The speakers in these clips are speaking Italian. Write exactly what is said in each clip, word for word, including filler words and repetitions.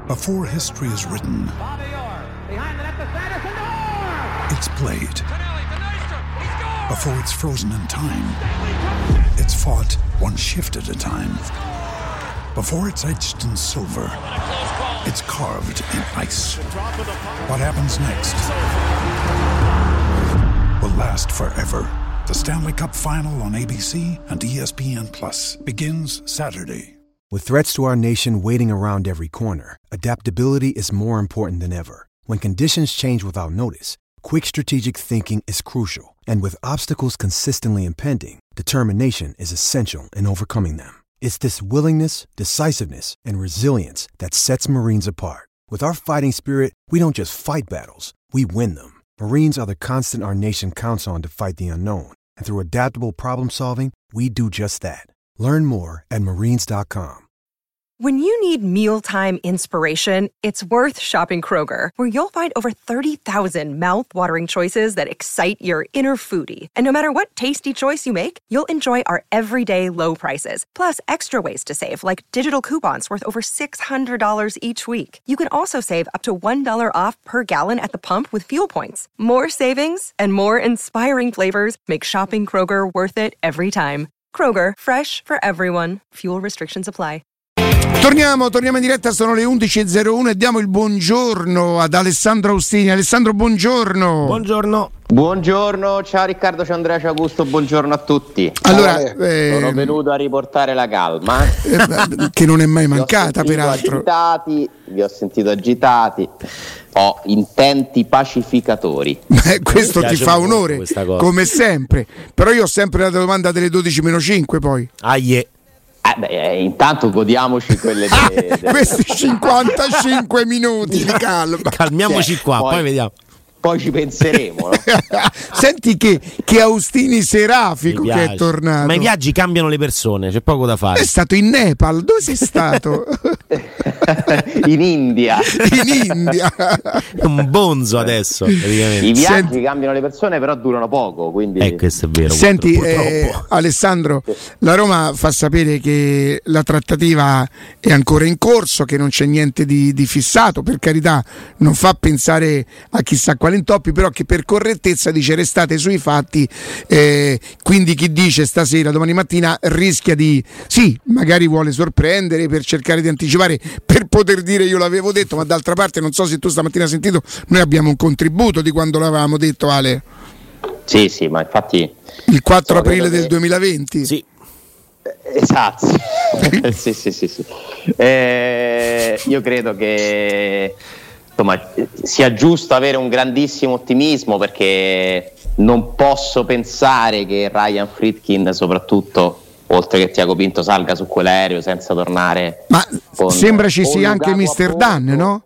Before history is written, it's played. Before it's frozen in time, it's fought one shift at a time. Before it's etched in silver, it's carved in ice. What happens next will last forever. The Stanley Cup Final on A B C and E S P N Plus begins Saturday. With threats to our nation waiting around every corner, adaptability is more important than ever. When conditions change without notice, quick strategic thinking is crucial. And with obstacles consistently impending, determination is essential in overcoming them. It's this willingness, decisiveness, and resilience that sets Marines apart. With our fighting spirit, we don't just fight battles, we win them. Marines are the constant our nation counts on to fight the unknown. And through adaptable problem solving, we do just that. Learn more at marines dot com. When you need mealtime inspiration, it's worth shopping Kroger, where you'll find over thirty thousand mouth-watering choices that excite your inner foodie. And no matter what tasty choice you make, you'll enjoy our everyday low prices, plus extra ways to save, like digital coupons worth over six hundred dollars each week. You can also save up to one dollar off per gallon at the pump with fuel points. More savings and more inspiring flavors make shopping Kroger worth it every time. Kroger, fresh for everyone. Fuel restrictions apply. Torniamo, torniamo in diretta, sono le undici e zero uno e diamo il buongiorno ad Alessandro Austini. Alessandro, buongiorno. Buongiorno. Buongiorno, ciao Riccardo, ciao Andrea, ciao Augusto, buongiorno a tutti. Allora, eh, sono venuto a riportare la calma. Eh, che non è mai mancata, vi peraltro. Agitati, vi ho sentito agitati, ho intenti pacificatori. Beh, questo ti fa onore, come sempre. Però io ho sempre la domanda delle dodici meno cinque poi. Ah, yeah. Eh beh, intanto godiamoci quelle ah, delle, delle... questi cinquantacinque minuti di calma. Calmiamoci qua, poi, poi vediamo. Poi ci penseremo, no? Senti che, che Austini Serafico che è tornato. Ma i viaggi cambiano le persone, c'è poco da fare. È stato in Nepal, dove sei stato? In India. In India. Un bonzo adesso. I viaggi Senti... cambiano le persone, però durano poco. Quindi... Eh, questo è vero. Senti, eh, Alessandro, la Roma fa sapere che la trattativa è ancora in corso, che non c'è niente di, di fissato. Per carità, non fa pensare a chissà quali intoppi, però che per correttezza dice restate sui fatti, eh, quindi chi dice stasera, domani mattina rischia di, sì, magari vuole sorprendere per cercare di anticipare, per poter dire io l'avevo detto, ma d'altra parte non so se tu stamattina hai sentito, noi abbiamo un contributo di quando l'avevamo detto, Ale. Sì, sì, ma infatti il quattro aprile del che... duemilaventi. Sì. Esatto. sì, sì, sì, sì. Eh, io credo che insomma sia giusto avere un grandissimo ottimismo, perché non posso pensare che Ryan Friedkin, soprattutto oltre che Tiago Pinto, salga su quell'aereo senza tornare. Ma con, sembra ci sia anche mister Dan, no?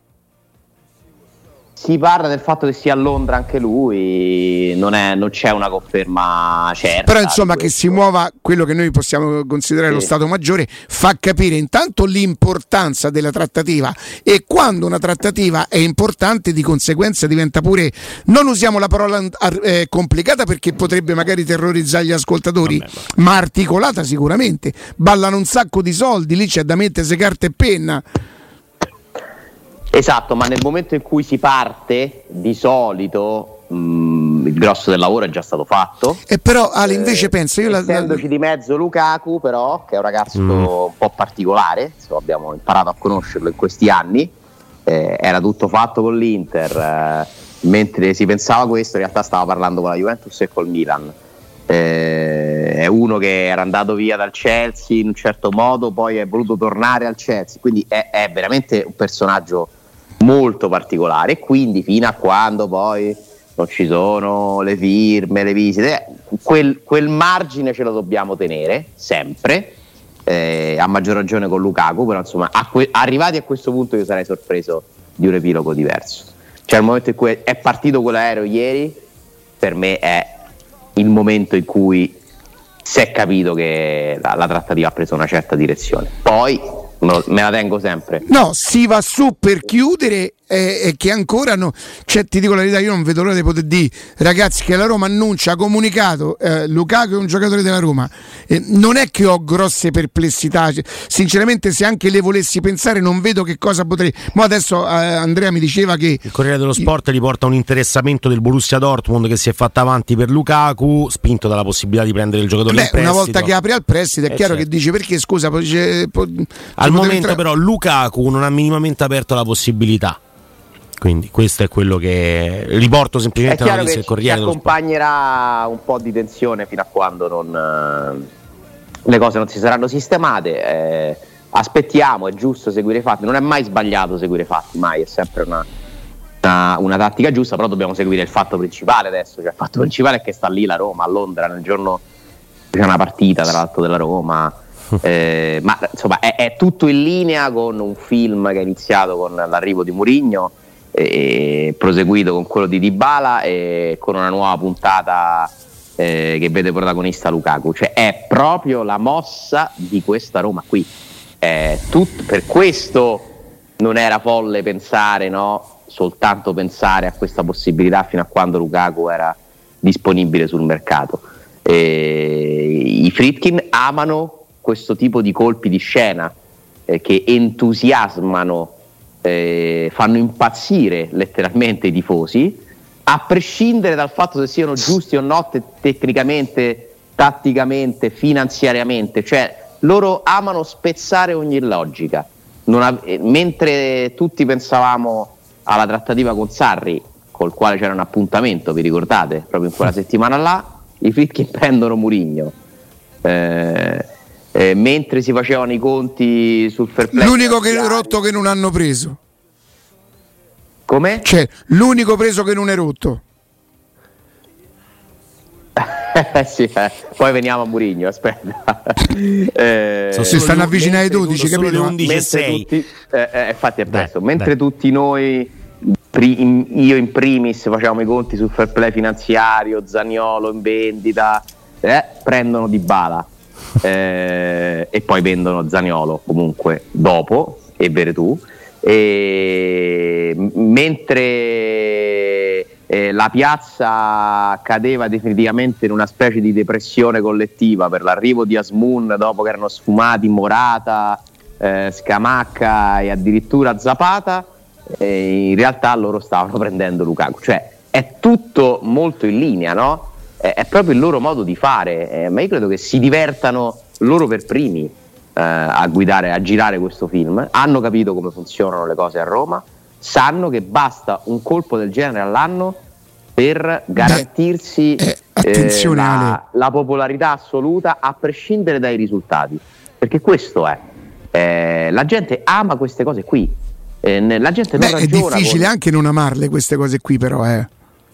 Si parla del fatto che sia a Londra anche lui, non, è, non c'è una conferma certa. Però insomma che si muova quello che noi possiamo considerare sì. lo Stato Maggiore fa capire intanto l'importanza della trattativa, e quando una trattativa è importante di conseguenza diventa pure, non usiamo la parola eh, complicata perché potrebbe magari terrorizzare gli ascoltatori, vabbè, vabbè. ma articolata sicuramente. Ballano un sacco di soldi, lì c'è da mettersi carta e penna. Esatto, ma nel momento in cui si parte, di solito mh, il grosso del lavoro è già stato fatto. E però Ale invece eh, penso io essendoci la... di mezzo Lukaku, però, che è un ragazzo mm. un po' particolare, insomma, abbiamo imparato a conoscerlo in questi anni, eh, era tutto fatto con l'Inter, eh, mentre si pensava questo in realtà stava parlando con la Juventus e col Milan. Eh, è uno che era andato via dal Chelsea in un certo modo, poi è voluto tornare al Chelsea, quindi è, è veramente un personaggio molto particolare, quindi fino a quando poi non ci sono le firme, le visite, quel, quel margine ce lo dobbiamo tenere sempre, eh, a maggior ragione con Lukaku, però insomma a que- arrivati a questo punto io sarei sorpreso di un epilogo diverso. Cioè il momento in cui è partito quell'aereo ieri, per me è il momento in cui si è capito che la, la trattativa ha preso una certa direzione. Poi me la tengo sempre. No, si va su per chiudere è, è che ancora no, cioè, ti dico la verità, io non vedo l'ora di poter dire, ragazzi, che la Roma annuncia, ha comunicato eh, Lukaku è un giocatore della Roma. Eh, non è che ho grosse perplessità, sinceramente, se anche le volessi pensare non vedo che cosa potrei. Ma adesso eh, Andrea mi diceva che il Corriere dello Sport riporta un interessamento del Borussia Dortmund che si è fatta avanti per Lukaku, spinto dalla possibilità di prendere il giocatore beh, in prestito. Una volta che apri al prestito è eh chiaro certo. che dice perché scusa poi dice, po- al momento tra... però Lukaku non ha minimamente aperto la possibilità, quindi questo è quello che riporto semplicemente la notizia del Corriere dello Sport. Accompagnerà un po' di tensione fino a quando non, eh, le cose non si saranno sistemate. eh, aspettiamo, è giusto seguire i fatti, non è mai sbagliato seguire i fatti, mai, è sempre una, una, una tattica giusta, però dobbiamo seguire il fatto principale adesso, cioè il fatto principale è che sta lì la Roma a Londra nel giorno c'è una partita tra l'altro della Roma, eh, ma insomma è, è tutto in linea con un film che è iniziato con l'arrivo di Mourinho e proseguito con quello di Dybala e con una nuova puntata eh, che vede protagonista Lukaku, cioè è proprio la mossa di questa Roma qui. Eh, tut- per questo non era folle pensare, no? Soltanto pensare a questa possibilità fino a quando Lukaku era disponibile sul mercato. Eh, i Friedkin amano questo tipo di colpi di scena eh, che entusiasmano, eh, fanno impazzire letteralmente i tifosi, a prescindere dal fatto se siano giusti o no te- tecnicamente, tatticamente, finanziariamente, cioè loro amano spezzare ogni logica. Non av- mentre tutti pensavamo alla trattativa con Sarri, col quale c'era un appuntamento, vi ricordate? Proprio in quella settimana là, i Friedkin prendono Mourinho. Eh, eh, mentre si facevano i conti sul fair play. L'unico che è rotto che non hanno preso. Come? Cioè, l'unico preso che non è rotto. sì, eh. Poi veniamo a Mourinho, aspetta. eh, si stanno avvicinando ai dodici, capito? undici e sei. Tutti, eh, eh, infatti è presto. Dai, mentre dai. tutti noi, pri- in, io in primis, facevamo i conti sul fair play finanziario, Zaniolo in vendita, eh, prendono Dybala eh, e poi vendono Zaniolo comunque dopo e Veretù. E mentre eh, la piazza cadeva definitivamente in una specie di depressione collettiva per l'arrivo di Asmun dopo che erano sfumati Morata, eh, Scamacca e addirittura Zapata, eh, in realtà loro stavano prendendo Lukaku, cioè è tutto molto in linea, no? È, è proprio il loro modo di fare, eh, ma io credo che si divertano loro per primi a guidare, a girare questo film. Hanno capito come funzionano le cose a Roma, sanno che basta un colpo del genere all'anno per garantirsi Beh, eh, attenzione, eh, la, Ale. la popolarità assoluta a prescindere dai risultati, perché questo è eh, la gente ama queste cose qui, eh, la gente non Beh, è ragiona difficile con... anche non amarle queste cose qui, però eh.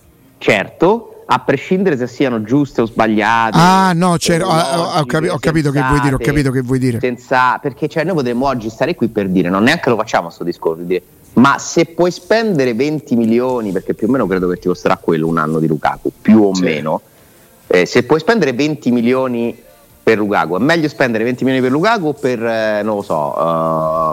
certo, a prescindere se siano giuste o sbagliate. Ah no, cioè, ho, logiche, ho, capi- ho capito che vuoi dire, ho capito che vuoi dire. Senza, perché cioè, noi potremmo oggi stare qui per dire, non neanche lo facciamo sto discorso, di dire, ma se puoi spendere venti milioni, perché più o meno credo che ti costerà quello un anno di Lukaku, più o Sì. meno, eh, se puoi spendere venti milioni per Lukaku, è meglio spendere venti milioni per Lukaku o per, eh, non lo so, uh,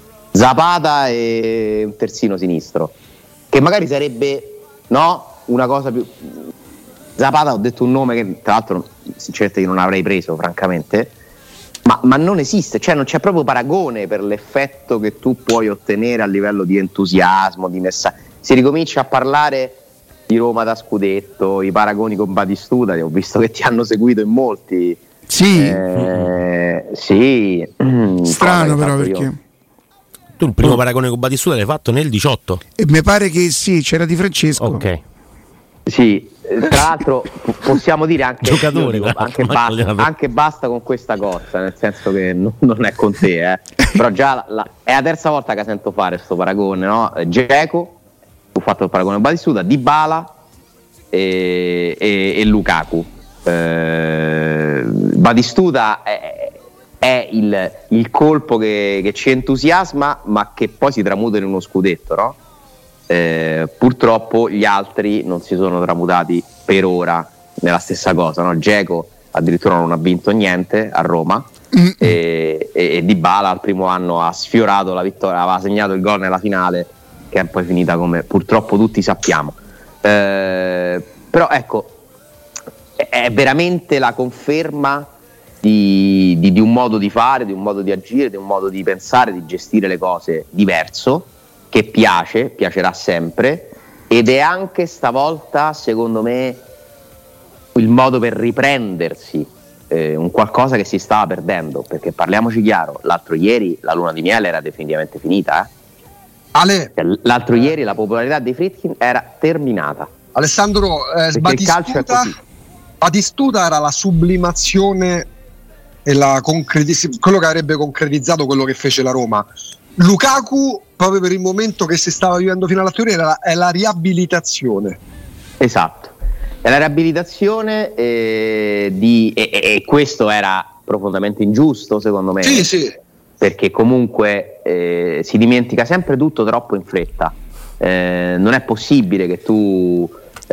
Zapata e un terzino sinistro, che magari sarebbe, no, una cosa più... Zapata, ho detto un nome che tra l'altro sinceramente io non avrei preso francamente, ma, ma non esiste, cioè non c'è proprio paragone per l'effetto che tu puoi ottenere a livello di entusiasmo, di messaggio. Si ricomincia a parlare di Roma da scudetto, i paragoni con Batistuta, ho visto che ti hanno seguito in molti. Sì, Eh, sì. strano però Io. perché Tu il primo paragone con Batistuta l'hai fatto nel diciotto. e mi pare che sì, c'era Di Francesco. Ok. Sì, eh, tra l'altro p- possiamo dire anche, Giocatore, io dico, tra anche, l'altro, basta, allenatore. anche basta con questa cosa, nel senso che non, non è con te, eh. Però già la, la- è la terza volta che sento fare questo paragone, no? Dzeko, ho fatto il paragone con Batistuta, Dybala e, e, e Lukaku. Eh, Batistuta è, è il, il colpo che, che ci entusiasma, ma che poi si tramuta in uno scudetto, no? Eh, purtroppo gli altri non si sono tramutati per ora nella stessa cosa, no? Dzeko addirittura non ha vinto niente a Roma Mm. e, e, e Dybala al primo anno ha sfiorato la vittoria, aveva segnato il gol nella finale perché è poi finita come purtroppo tutti sappiamo. Eh, però ecco, è, è veramente la conferma di, di, di un modo di fare, di un modo di agire, di un modo di pensare, di gestire le cose diverso, che piace, piacerà sempre, ed è anche stavolta, secondo me, il modo per riprendersi eh, un qualcosa che si stava perdendo, perché parliamoci chiaro, l'altro ieri la luna di miele era definitivamente finita, eh? Ale, l'altro ieri la popolarità dei Friedkin era terminata. Alessandro, eh, Batistuta, Batistuta era la sublimazione e la concretis- quello che avrebbe concretizzato quello che fece la Roma. Lukaku, proprio per il momento che si stava vivendo fino all'altro ieri, era, è la riabilitazione. Esatto, è la riabilitazione eh, di, e, e, e questo era profondamente ingiusto, secondo me. Sì, sì. Perché comunque eh, si dimentica sempre tutto troppo in fretta. Eh, non è possibile che tu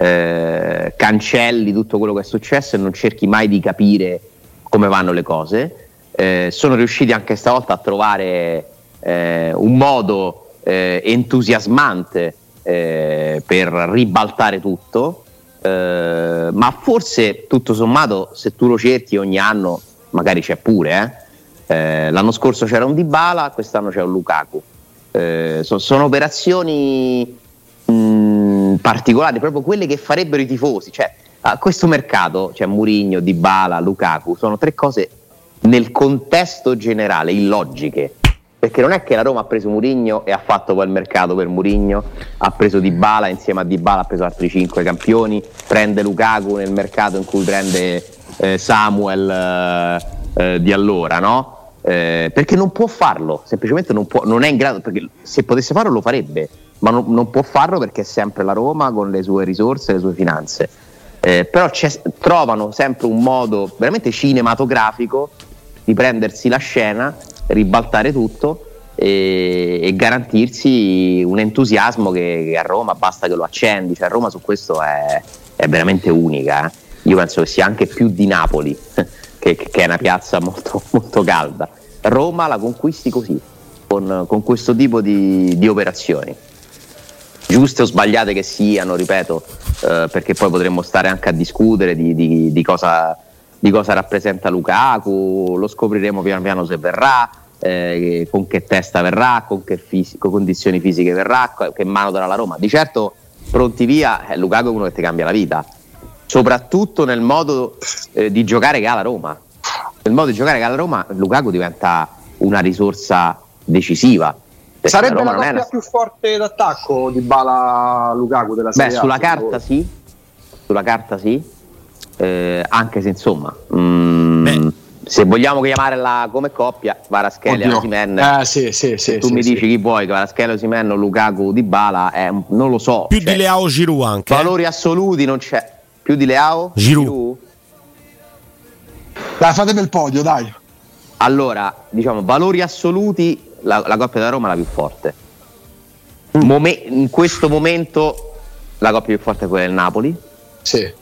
eh, cancelli tutto quello che è successo e non cerchi mai di capire come vanno le cose. Eh, sono riusciti anche stavolta a trovare eh, un modo eh, entusiasmante eh, per ribaltare tutto, eh, ma forse tutto sommato, se tu lo cerchi ogni anno, magari c'è pure, eh. Eh, l'anno scorso c'era un Dybala, quest'anno c'è un Lukaku. Eh, so, sono operazioni mh, particolari, proprio quelle che farebbero i tifosi. Cioè, a questo mercato c'è cioè Mourinho, Dybala, Lukaku, sono tre cose nel contesto generale illogiche. Perché non è che la Roma ha preso Mourinho e ha fatto poi il mercato per Mourinho, ha preso Dybala, insieme a Dybala ha preso altri cinque campioni, prende Lukaku nel mercato in cui prende eh, Samuel eh, eh, di allora, no? Eh, perché non può farlo, semplicemente non, può, non è in grado, perché se potesse farlo lo farebbe, ma non, non può farlo perché è sempre la Roma con le sue risorse, le sue finanze. Eh, però c'è, trovano sempre un modo veramente cinematografico di prendersi la scena, ribaltare tutto e, e garantirsi un entusiasmo che, che a Roma basta che lo accendi. Cioè, Roma su questo è, è veramente unica, eh. Io penso che sia anche più di Napoli che, che è una piazza molto, molto calda. Roma la conquisti così, con, con questo tipo di, di operazioni, giuste o sbagliate che siano, ripeto, eh, perché poi potremmo stare anche a discutere di, di, di cosa di cosa rappresenta Lukaku, lo scopriremo piano piano se verrà, eh, con che testa verrà, con che fisi- con condizioni fisiche verrà, che mano darà la Roma. Di certo, pronti via, eh, Lukaku è uno che ti cambia la vita, soprattutto nel modo eh, di giocare che ha la Roma. Nel modo di giocare che ha la Roma, Lukaku diventa una risorsa decisiva. Sarebbe la, la coppia una... più forte d'attacco di Dybala Lukaku della Serie A? Beh, sulla carta sì, sulla carta sì. Eh, anche se insomma mh, se vogliamo chiamarla come coppia Kvaratskhelia e Osimhen, eh, sì, sì, sì, tu sì, mi sì. dici chi vuoi, Kvaratskhelia, Osimhen o Lukaku, Dybala, eh, non lo so, più cioè, di Leao, Giroud anche valori assoluti non c'è, più di Leao, Giroud, Giroud? Dai, fatemi il podio, dai. Allora, diciamo valori assoluti, la, la coppia da Roma è la più forte. Mome- in questo momento la coppia più forte è quella del Napoli. Sì.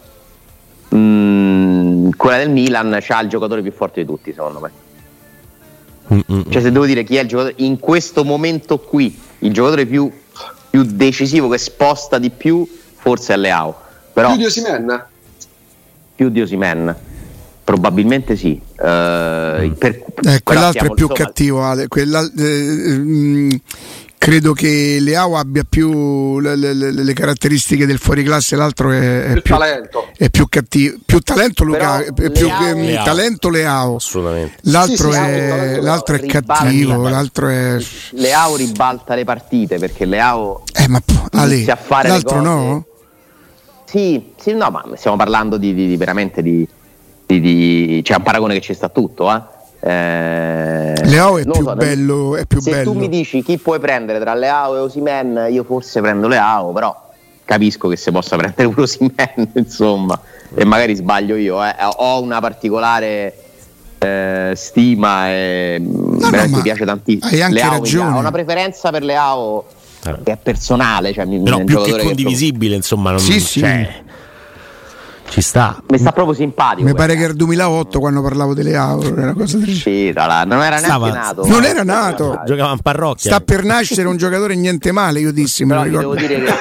Mm, quella del Milan c'ha il giocatore più forte di tutti, secondo me. Mm-mm. Cioè, se devo dire chi è il giocatore in questo momento qui, il giocatore più, più decisivo, che sposta di più, forse è Leao. Però più di Osimhen? Più di Osimhen, probabilmente sì. Uh, mm. per, eh, quell'altro è più insomma, cattivo, Ale. Quella, eh, mh, credo che Leao abbia più le, le, le caratteristiche del fuoriclasse, l'altro è, è, più, più, talento. è più cattivo, più talento Luca, è più Leao, che, Leao. talento Leao, assolutamente. L'altro sì, sì, è, sì, l'altro è cattivo, l'altro è Leao ribalta le partite, perché Leao eh, ma Ale, inizia a fare l'altro le cose. no? Sì, sì, no, ma stiamo parlando di, di, di veramente di, di, di c'è un paragone che ci sta tutto, eh. Eh, Leao è più so, bello, è più se bello. tu mi dici chi puoi prendere tra Leao e Osimhen, io forse prendo Leao, però capisco che si possa prendere pure Osimhen, insomma, e magari sbaglio io, eh. Ho una particolare eh, stima e no, mi no, piace tantissimo. Hai anche Leao, ragione. Ho una preferenza per Leao che è personale, cioè però un più giocatore che condivisibile, che... insomma, non sì, sì. Cioè... Ci sta. Mi sta proprio simpatico. Mi pare che era il duemilaotto quando parlavo delle Euro, era una cosa del sì, non era Stava, neanche nato. Non era nato. Giocava in parrocchia. Sta per nascere un giocatore niente male, io dissi, me lo ricordo. Devo dire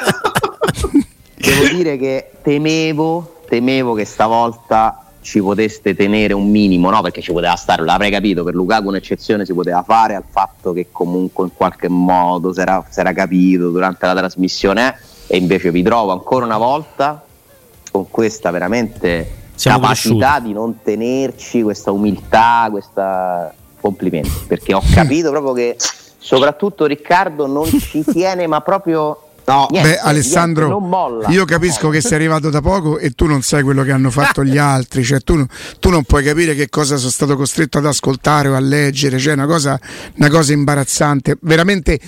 che devo dire che temevo, temevo che stavolta ci poteste tenere un minimo, no? Perché ci poteva stare, l'avrei capito, per Lukaku un'eccezione si poteva fare al fatto che comunque in qualche modo si era, si era capito durante la trasmissione, eh, e invece vi trovo ancora una volta con questa veramente Siamo capacità cresciuti. di non tenerci, questa umiltà, questa complimenti, perché ho capito proprio che soprattutto Riccardo non ci tiene, ma proprio no. Niente, beh, Alessandro, niente, non molla, io capisco non che sei arrivato da poco e tu non sai quello che hanno fatto gli altri, cioè tu, tu non puoi capire che cosa sono stato costretto ad ascoltare o a leggere, cioè una cosa, una cosa imbarazzante, veramente.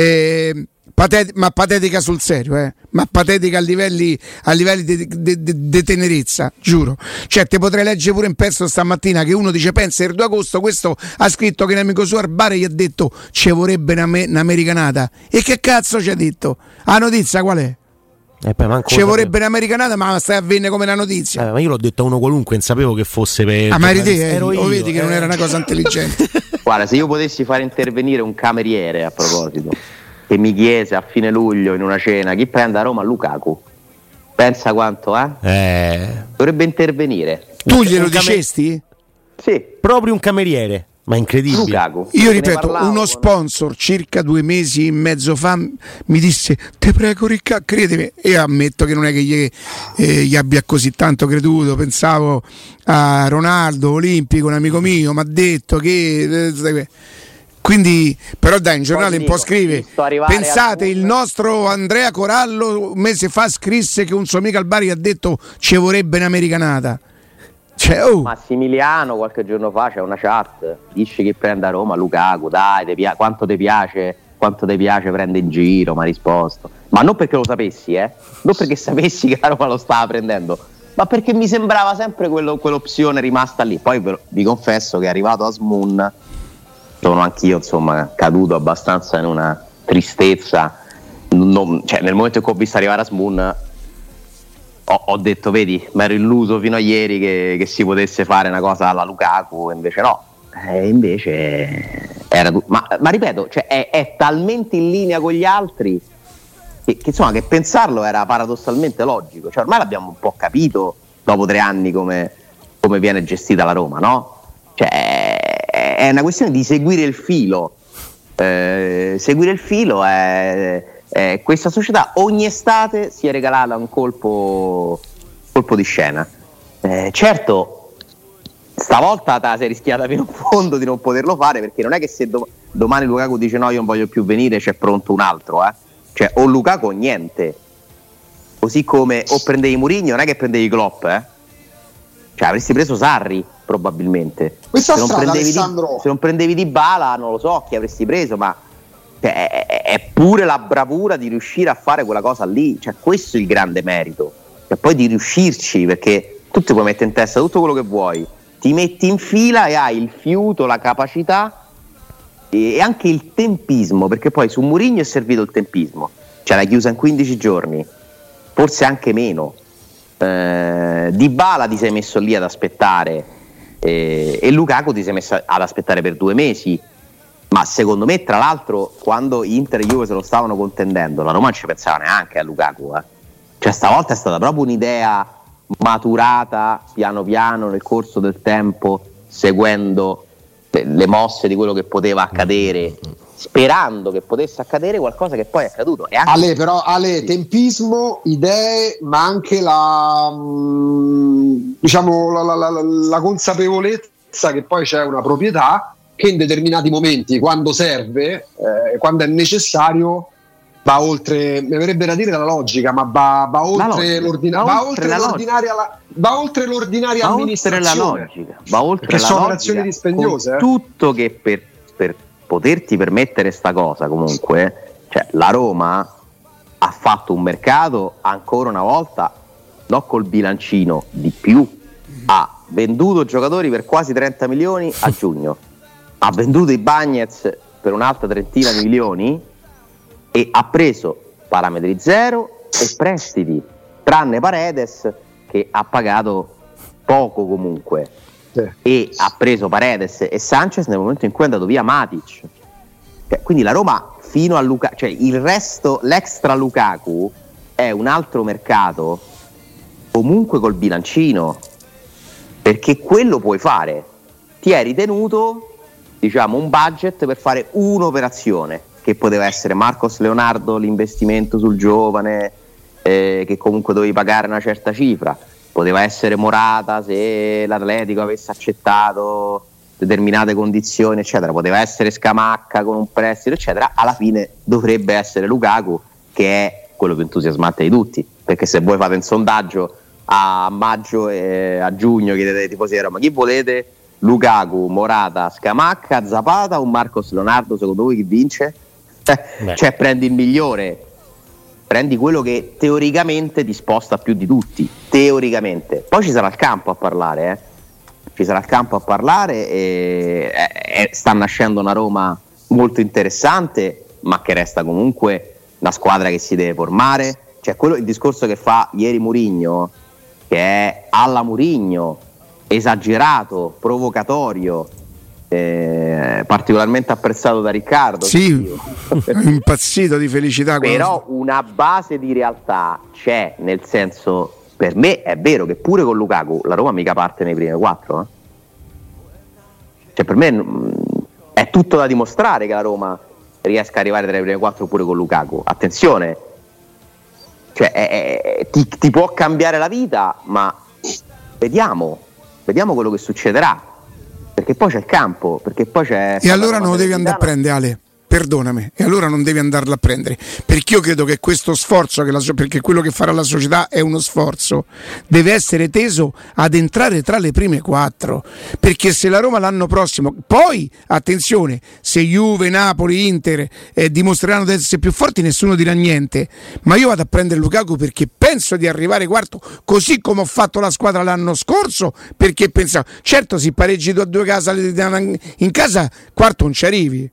Eh, Patet- ma patetica sul serio, eh? Ma patetica a livelli, a livelli di de- de- de- tenerezza, giuro. Cioè, te potrei leggere pure un pezzo stamattina che uno dice: pensa, il due agosto questo ha scritto che un amico suo al bar gli ha detto ci vorrebbe una me- un'americanata. E che cazzo ci ha detto? La notizia qual è? E poi manco ci vorrebbe un'americanata, ma stai a venire come una notizia. Eh, ma io l'ho detto a uno qualunque, non sapevo che fosse per. Ah, ma eri te, ero io, o vedi che eh. non era una cosa intelligente. Guarda, se io potessi fare intervenire un cameriere, a proposito, che mi chiese a fine luglio in una cena chi prende a Roma Lukaku, pensa quanto, eh? eh. Dovrebbe intervenire. Tu glielo Un cam- dicesti? Sì, Proprio un cameriere, ma incredibile. Lukaku. Io Ne ripeto, parlavo uno con- sponsor circa due mesi e mezzo fa mi disse: te prego Riccardo, credimi. E io ammetto che non è che gli, eh, gli abbia così tanto creduto, pensavo a Ronaldo Olimpico, un amico mio mi ha detto che eh, quindi, però dai, in giornale un po' scrive: pensate, il nostro Andrea Corallo un mese fa scrisse che un suo amico al bar gli ha detto ci vorrebbe un'americanata. Cioè, oh. Massimiliano qualche giorno fa c'è una chat, dici che prende a Roma Lukaku, dai, te pia- quanto ti piace, quanto ti piace prende in giro, mi ha risposto. Ma non perché lo sapessi, eh, non perché sapessi che la Roma lo stava prendendo, ma perché mi sembrava sempre quello, quell'opzione rimasta lì. Poi vi confesso che è arrivato Asmun, sono anch'io insomma caduto abbastanza in una tristezza, non, cioè nel momento in cui ho visto arrivare Asmun ho, ho detto vedi, mi ero illuso fino a ieri che, che si potesse fare una cosa alla Lukaku, invece no, e invece era ma, ma ripeto, cioè è, è talmente in linea con gli altri che, che insomma che pensarlo era paradossalmente logico, cioè ormai l'abbiamo un po' capito dopo tre anni come, come viene gestita la Roma, no? Cioè è una questione di seguire il filo, eh, seguire il filo è, è questa società ogni estate si è regalata un colpo, colpo di scena, eh, certo stavolta te la sei rischiata fino in fondo di non poterlo fare, perché non è che se do- domani Lukaku dice no io non voglio più venire c'è pronto un altro, eh? Cioè o Lukaku o niente, così come o prendevi Mourinho, non è che prendevi Klopp, eh? Cioè avresti preso Sarri probabilmente. Questa se, non strada, prendevi di, se non prendevi Dybala non lo so chi avresti preso, ma cioè, è, è pure la bravura di riuscire a fare quella cosa lì, cioè questo è il grande merito, e poi di riuscirci, perché tu ti puoi mettere in testa tutto quello che vuoi, ti metti in fila e hai il fiuto, la capacità e anche il tempismo, perché poi su Mourinho è servito il tempismo, cioè l'hai chiusa in quindici giorni, forse anche meno. Eh, Dybala ti sei messo lì ad aspettare, eh, e Lukaku ti sei messo ad aspettare per due mesi, ma secondo me tra l'altro quando Inter e Juve se lo stavano contendendo la Roma non ci pensava neanche a Lukaku, eh. Cioè stavolta è stata proprio un'idea maturata piano piano nel corso del tempo, seguendo le mosse di quello che poteva accadere, sperando che potesse accadere qualcosa che poi è accaduto. E anche... Ale, però, Ale, tempismo, idee, ma anche la, mh, diciamo, la, la, la, la consapevolezza che poi c'è una proprietà che in determinati momenti, quando serve, eh, quando è necessario, va oltre, mi verrebbe da dire la logica, ma va, va oltre, l'ordina- va va oltre la l'ordinaria, la, va oltre l'ordinaria va amministrazione. Oltre la logica, va oltre perché la sono logica, operazioni dispendiose. con Eh? tutto che per, per poterti permettere sta cosa comunque, cioè la Roma ha fatto un mercato ancora una volta, non col bilancino di più, ha venduto giocatori per quasi trenta milioni a giugno, ha venduto i Bagnets per un'altra trentina di milioni e ha preso parametri zero e prestiti, tranne Paredes che ha pagato poco comunque sì. e ha preso Paredes e Sanchez nel momento in cui è andato via Matic. Cioè, quindi la Roma fino a Lukaku, cioè il resto, l'extra Lukaku è un altro mercato comunque col bilancino, perché quello puoi fare. Ti hai ritenuto, diciamo, un budget per fare un'operazione che poteva essere Marcos Leonardo, l'investimento sul giovane, eh, che comunque dovevi pagare una certa cifra, poteva essere Morata se l'Atletico avesse accettato determinate condizioni eccetera, poteva essere Scamacca con un prestito eccetera. Alla fine dovrebbe essere Lukaku, che è quello più entusiasmante di tutti, perché se voi fate un sondaggio a maggio e a giugno chiedete ai tifosi di Roma chi volete, Lukaku, Morata, Scamacca, Zapata o Marcos Leonardo, secondo voi chi vince? Eh, cioè prendi il migliore, prendi quello che teoricamente ti sposta più di tutti, teoricamente. Poi ci sarà il campo a parlare, eh. ci sarà il campo a parlare e eh, sta nascendo una Roma molto interessante, ma che resta comunque una squadra che si deve formare. Cioè quello, il discorso che fa ieri Mourinho, che è alla Mourinho, esagerato, provocatorio, eh, particolarmente apprezzato da Riccardo. Sì, impazzito di felicità. Però quando... una base di realtà c'è, nel senso, per me è vero che pure con Lukaku la Roma mica parte nei primi quattro, eh? Cioè per me mh, è tutto da dimostrare che la Roma riesca a arrivare tra i primi quattro pure con Lukaku. Attenzione, cioè è, è, ti, ti può cambiare la vita, ma vediamo vediamo quello che succederà, perché poi c'è il campo, perché poi c'è... E allora non lo devi andare a prendere, Ale, perdonami, e allora non devi andarla a prendere, perché io credo che questo sforzo, che la, perché quello che farà la società è uno sforzo, deve essere teso ad entrare tra le prime quattro, perché se la Roma l'anno prossimo, poi attenzione, se Juve, Napoli, Inter eh, dimostreranno di essere più forti nessuno dirà niente, ma io vado a prendere Lukaku perché penso di arrivare quarto, così come ho fatto la squadra l'anno scorso, perché pensavo, certo si pareggi due a due casa in casa, quarto non ci arrivi.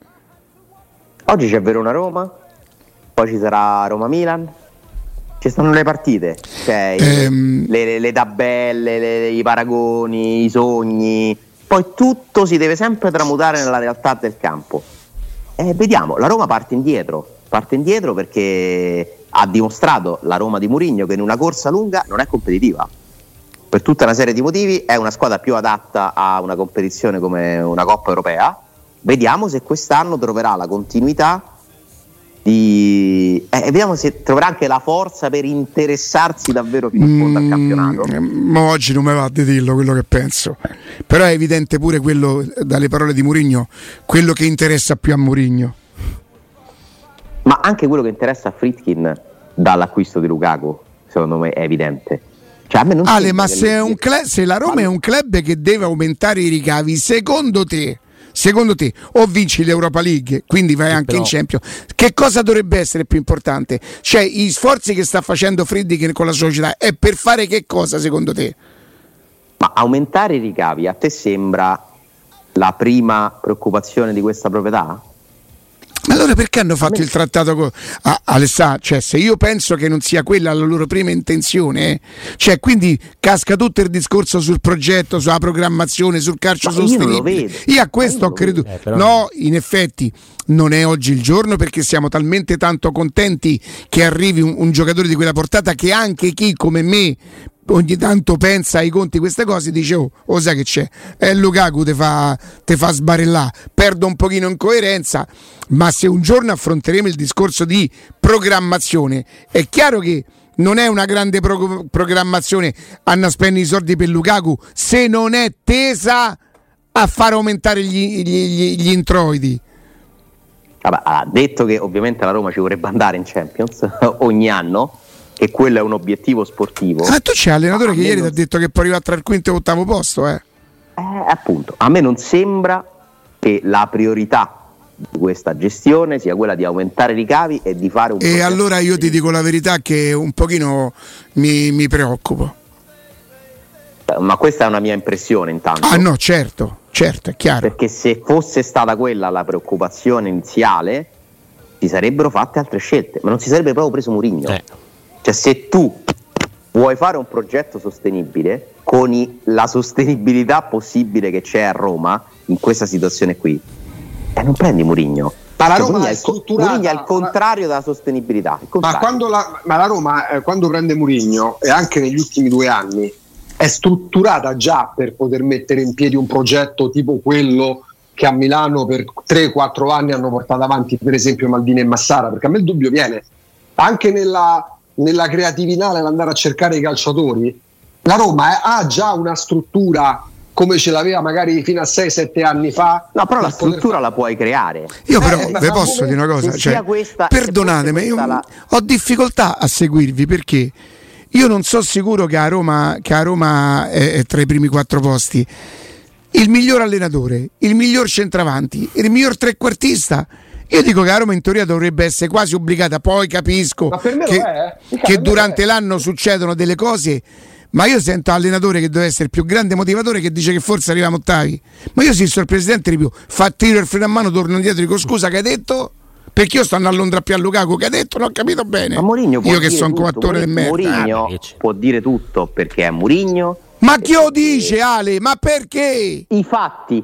Oggi c'è Verona-Roma, poi ci sarà Roma-Milan, ci stanno le partite, cioè ehm... le, le, le tabelle, le, i paragoni, i sogni, poi tutto si deve sempre tramutare nella realtà del campo. E vediamo, la Roma parte indietro, parte indietro perché ha dimostrato, la Roma di Mourinho, che in una corsa lunga non è competitiva. Per tutta una serie di motivi è una squadra più adatta a una competizione come una Coppa Europea. Vediamo se quest'anno troverà la continuità di eh, vediamo se troverà anche la forza per interessarsi davvero fino in fondo al campionato. Mm, ma oggi non mi va di dirlo quello che penso, però è evidente pure quello, dalle parole di Mourinho, quello che interessa più a Mourinho, ma anche quello che interessa a Friedkin dall'acquisto di Lukaku, secondo me è evidente. Cioè, a me non Ale, ma se, è un club, se la Roma ma... è un club che deve aumentare i ricavi, secondo te Secondo te o vinci l'Europa League, quindi vai sì, anche però... in Champions, che cosa dovrebbe essere più importante? Cioè gli sforzi che sta facendo Friedkin con la società è per fare che cosa secondo te? Ma aumentare i ricavi a te sembra la prima preoccupazione di questa proprietà? Ma allora perché hanno fatto il trattato con ah, Alessà? Cioè, se io penso che non sia quella la loro prima intenzione, eh? Cioè, quindi casca tutto il discorso sul progetto, sulla programmazione, sul calcio sostenibile. Io, io a questo ho creduto. Eh, però... No, in effetti non è oggi il giorno, perché siamo talmente tanto contenti che arrivi un, un giocatore di quella portata, che anche chi come me ogni tanto pensa ai conti queste cose, dice oh, oh sai che c'è, eh, Lukaku te fa, te fa sbarellare, perdo un pochino in coerenza, ma se un giorno affronteremo il discorso di programmazione, è chiaro che non è una grande pro- programmazione a spendere i soldi per Lukaku se non è tesa a far aumentare gli, gli, gli, gli introiti. Vabbè, ha detto che ovviamente la Roma ci vorrebbe andare in Champions ogni anno, e quello è un obiettivo sportivo. Ma tu c'è l'allenatore che ieri non... ti ha detto che può arrivare tra il quinto e l'ottavo posto, eh? eh? Appunto, a me non sembra che la priorità di questa gestione sia quella di aumentare i ricavi e di fare un e allora io ti dico la verità che un pochino mi, mi preoccupo. Ma questa è una mia impressione intanto. Ah no, certo, certo, è chiaro. Perché se fosse stata quella la preoccupazione iniziale, si sarebbero fatte altre scelte, ma non si sarebbe proprio preso Mourinho. Eh. Cioè se tu vuoi fare un progetto sostenibile con i, la sostenibilità possibile che c'è a Roma in questa situazione qui, e eh, non prendi Mourinho. Ma la Roma è strutturata. Mourinho è il contrario della sostenibilità. Ma, quando la, ma la Roma, eh, quando prende Mourinho, e anche negli ultimi due anni, è strutturata già per poter mettere in piedi un progetto tipo quello che a Milano per tre quattro anni hanno portato avanti, per esempio Maldini e Massara, perché a me il dubbio viene anche nella, nella creatività nell'andare a cercare i calciatori. La Roma è, ha già una struttura come ce l'aveva magari fino a sei sette anni fa. No, però per la struttura fa... la puoi creare. Io però eh, vi posso dire una cosa, cioè, questa, perdonatemi, io la... ho difficoltà a seguirvi perché io non sono sicuro che a Roma, che a Roma è, è tra i primi quattro posti il miglior allenatore, il miglior centravanti, il miglior trequartista. Io dico che a Roma in teoria dovrebbe essere quasi obbligata, poi capisco che, che durante l'anno succedono delle cose, ma io sento allenatore che deve essere il più grande motivatore che dice che forse arriviamo ottavi. Ma io esisto il presidente di più, fa tiro il freno a mano, torno indietro e dico scusa che hai detto? Perché io sto andando a Londra più a Lukaku, che ha detto non ho capito bene. Ma Mourinho può io che dire sono un tutto. coattore del merda. Mourinho ah, può dire tutto perché è Mourinho. Ma chi lo dice Ale? Ma perché? I fatti.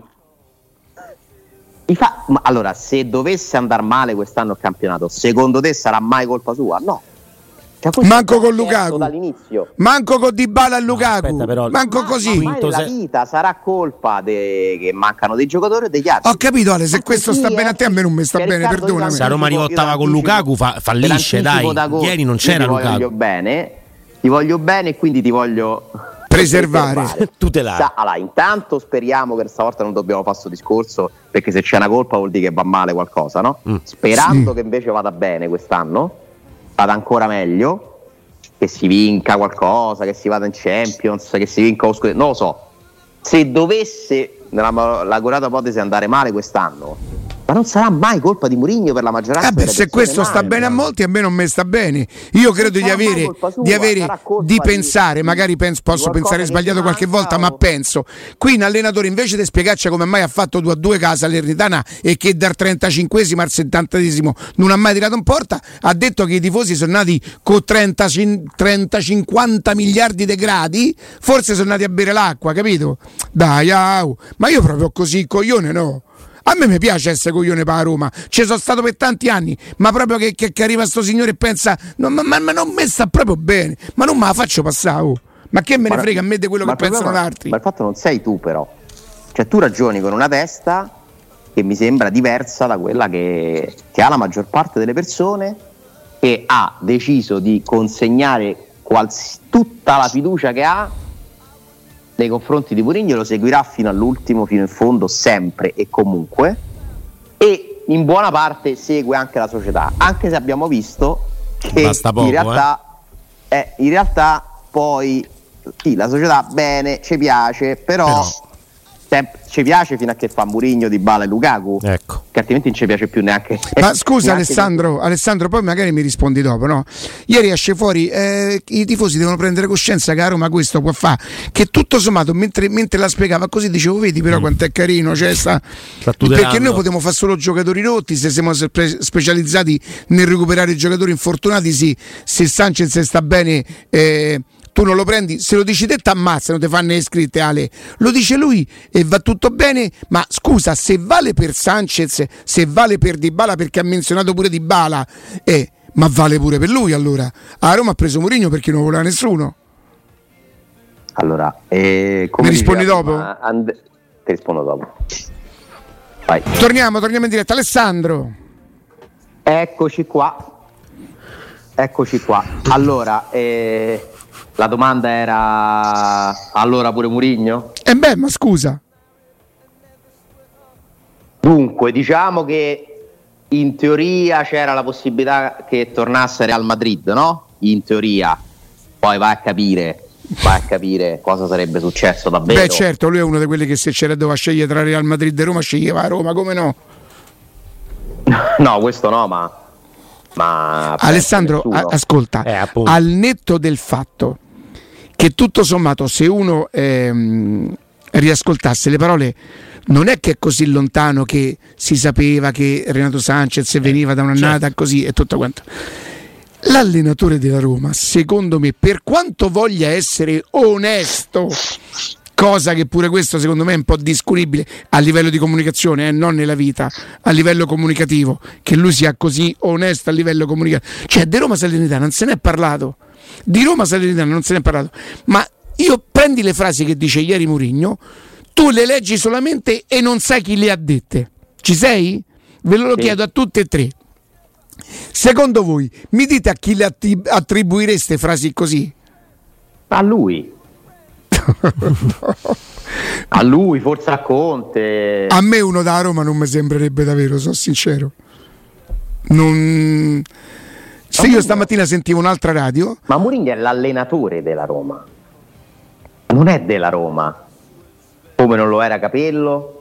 I fa- Ma allora, se dovesse andare male quest'anno il campionato, secondo te sarà mai colpa sua? No. Cioè, manco con Lukaku, dall'inizio. Manco con Dybala e Lukaku, no, però, manco ma, così. Ma la vita sarà colpa de- che mancano dei giocatori e degli altri. Ho capito Ale, se ma questo sta bene a te, a me non mi sta bene, perdonami. Se a Roma arriva ottava con Lukaku fa- fallisce, dai. Ieri non c'era ti Lukaku. Ti voglio bene, ti voglio bene e quindi ti voglio preservare, preservare. tutelare. Sa, allora, intanto speriamo che stavolta non dobbiamo fare questo discorso, perché se c'è una colpa vuol dire che va male qualcosa, no? Mm. Sperando sì. che invece vada bene quest'anno, vada ancora meglio, che si vinca qualcosa, che si vada in Champions, che si vinca lo scudetto, non lo so. Se dovesse nella lavorata ipotesi andare male quest'anno, ma non sarà mai colpa di Mourinho per la maggioranza. Eh beh, se questo sta bene a molti, a me non mi sta bene. Io credo di avere, sua, di, avere di pensare, di, magari penso, posso pensare sbagliato qualche volta, o... ma penso qui un allenatore invece di spiegarci come mai ha fatto due a due casa all'Ernitana e che dal trentacinquesimo al settantesimo non ha mai tirato in porta, ha detto che i tifosi sono nati con trenta cinquanta miliardi di gradi, forse sono nati a bere l'acqua, capito? Dai, au. Ma io proprio così coglione no. A me mi piace essere coglione per la Roma, ci sono stato per tanti anni, ma proprio che, che, che arriva sto signore e pensa no, ma, ma, ma non mi sta proprio bene, ma non me la faccio passare, oh. Ma che me ne ma frega a me di quello che pensano gli altri? Ma il fatto non sei tu però, cioè tu ragioni con una testa che mi sembra diversa da quella che, che ha la maggior parte delle persone, che ha deciso di consegnare quals- tutta la fiducia che ha nei confronti di Mourinho, lo seguirà fino all'ultimo, fino in fondo, sempre e comunque, e in buona parte segue anche la società, anche se abbiamo visto che poco, in realtà eh. Eh, in realtà poi sì, la società bene, ci piace, però, però. Sempre, ci piace fino a che fa Mourinho, Dybala e Lukaku, ecco. Che altrimenti non ci piace più neanche. Ma scusa neanche Alessandro, Alessandro, poi magari mi rispondi dopo, no? Ieri esce fuori, eh, i tifosi devono prendere coscienza che a Roma questo può fare, che tutto sommato mentre, mentre la spiegava così dicevo vedi però mm. quanto è carino, cioè sta, perché noi potremmo fare solo giocatori rotti, se siamo specializzati nel recuperare i giocatori infortunati, sì, se Sanchez sta bene eh, tu non lo prendi, se lo dici te t'ammazza, non ti fanno le scritte Ale, lo dice lui e va tutto bene, ma scusa, se vale per Sanchez, se vale per Dybala, perché ha menzionato pure Dybala, eh, ma vale pure per lui allora. A Roma ha preso Mourinho perché non voleva nessuno. Allora, eh, come mi rispondi diceva, dopo? And- ti rispondo dopo. Vai. Torniamo, torniamo in diretta. Alessandro. Eccoci qua. Eccoci qua. Allora, eh, la domanda era allora pure Mourinho? Eh beh, ma scusa. Dunque, diciamo che in teoria c'era la possibilità che tornasse Real Madrid, no? In teoria. Poi vai a capire, vai a capire cosa sarebbe successo davvero. Beh, certo, lui è uno di quelli che se c'era doveva scegliere tra Real Madrid e Roma, sceglieva Roma, come no? No, questo no, ma ma Alessandro, a- ascolta, eh, al netto del fatto che tutto sommato se uno ehm, riascoltasse le parole, non è che è così lontano che si sapeva che Renato Sanchez veniva da un'annata, certo, così e tutto quanto. l'allenatore della Roma, secondo me, per quanto voglia essere onesto, cosa che pure questo secondo me è un po' discutibile a livello di comunicazione, eh, non nella vita, a livello comunicativo, che lui sia così onesto a livello comunicativo. Cioè di Roma Salernitana non se ne è parlato, di Roma Salernitana non se ne è parlato, ma io prendi le frasi che dice ieri Mourinho, tu le leggi solamente e non sai chi le ha dette. Ci sei? Ve lo sì. chiedo a tutti e tre. Secondo voi, mi dite a chi le attribuireste frasi così? A lui. A lui, forse a Conte. A me uno da Roma non mi sembrerebbe davvero, sono sincero. Non... Se io stamattina sentivo un'altra radio. Ma Mourinho è l'allenatore della Roma, non è della Roma, come non lo era Capello,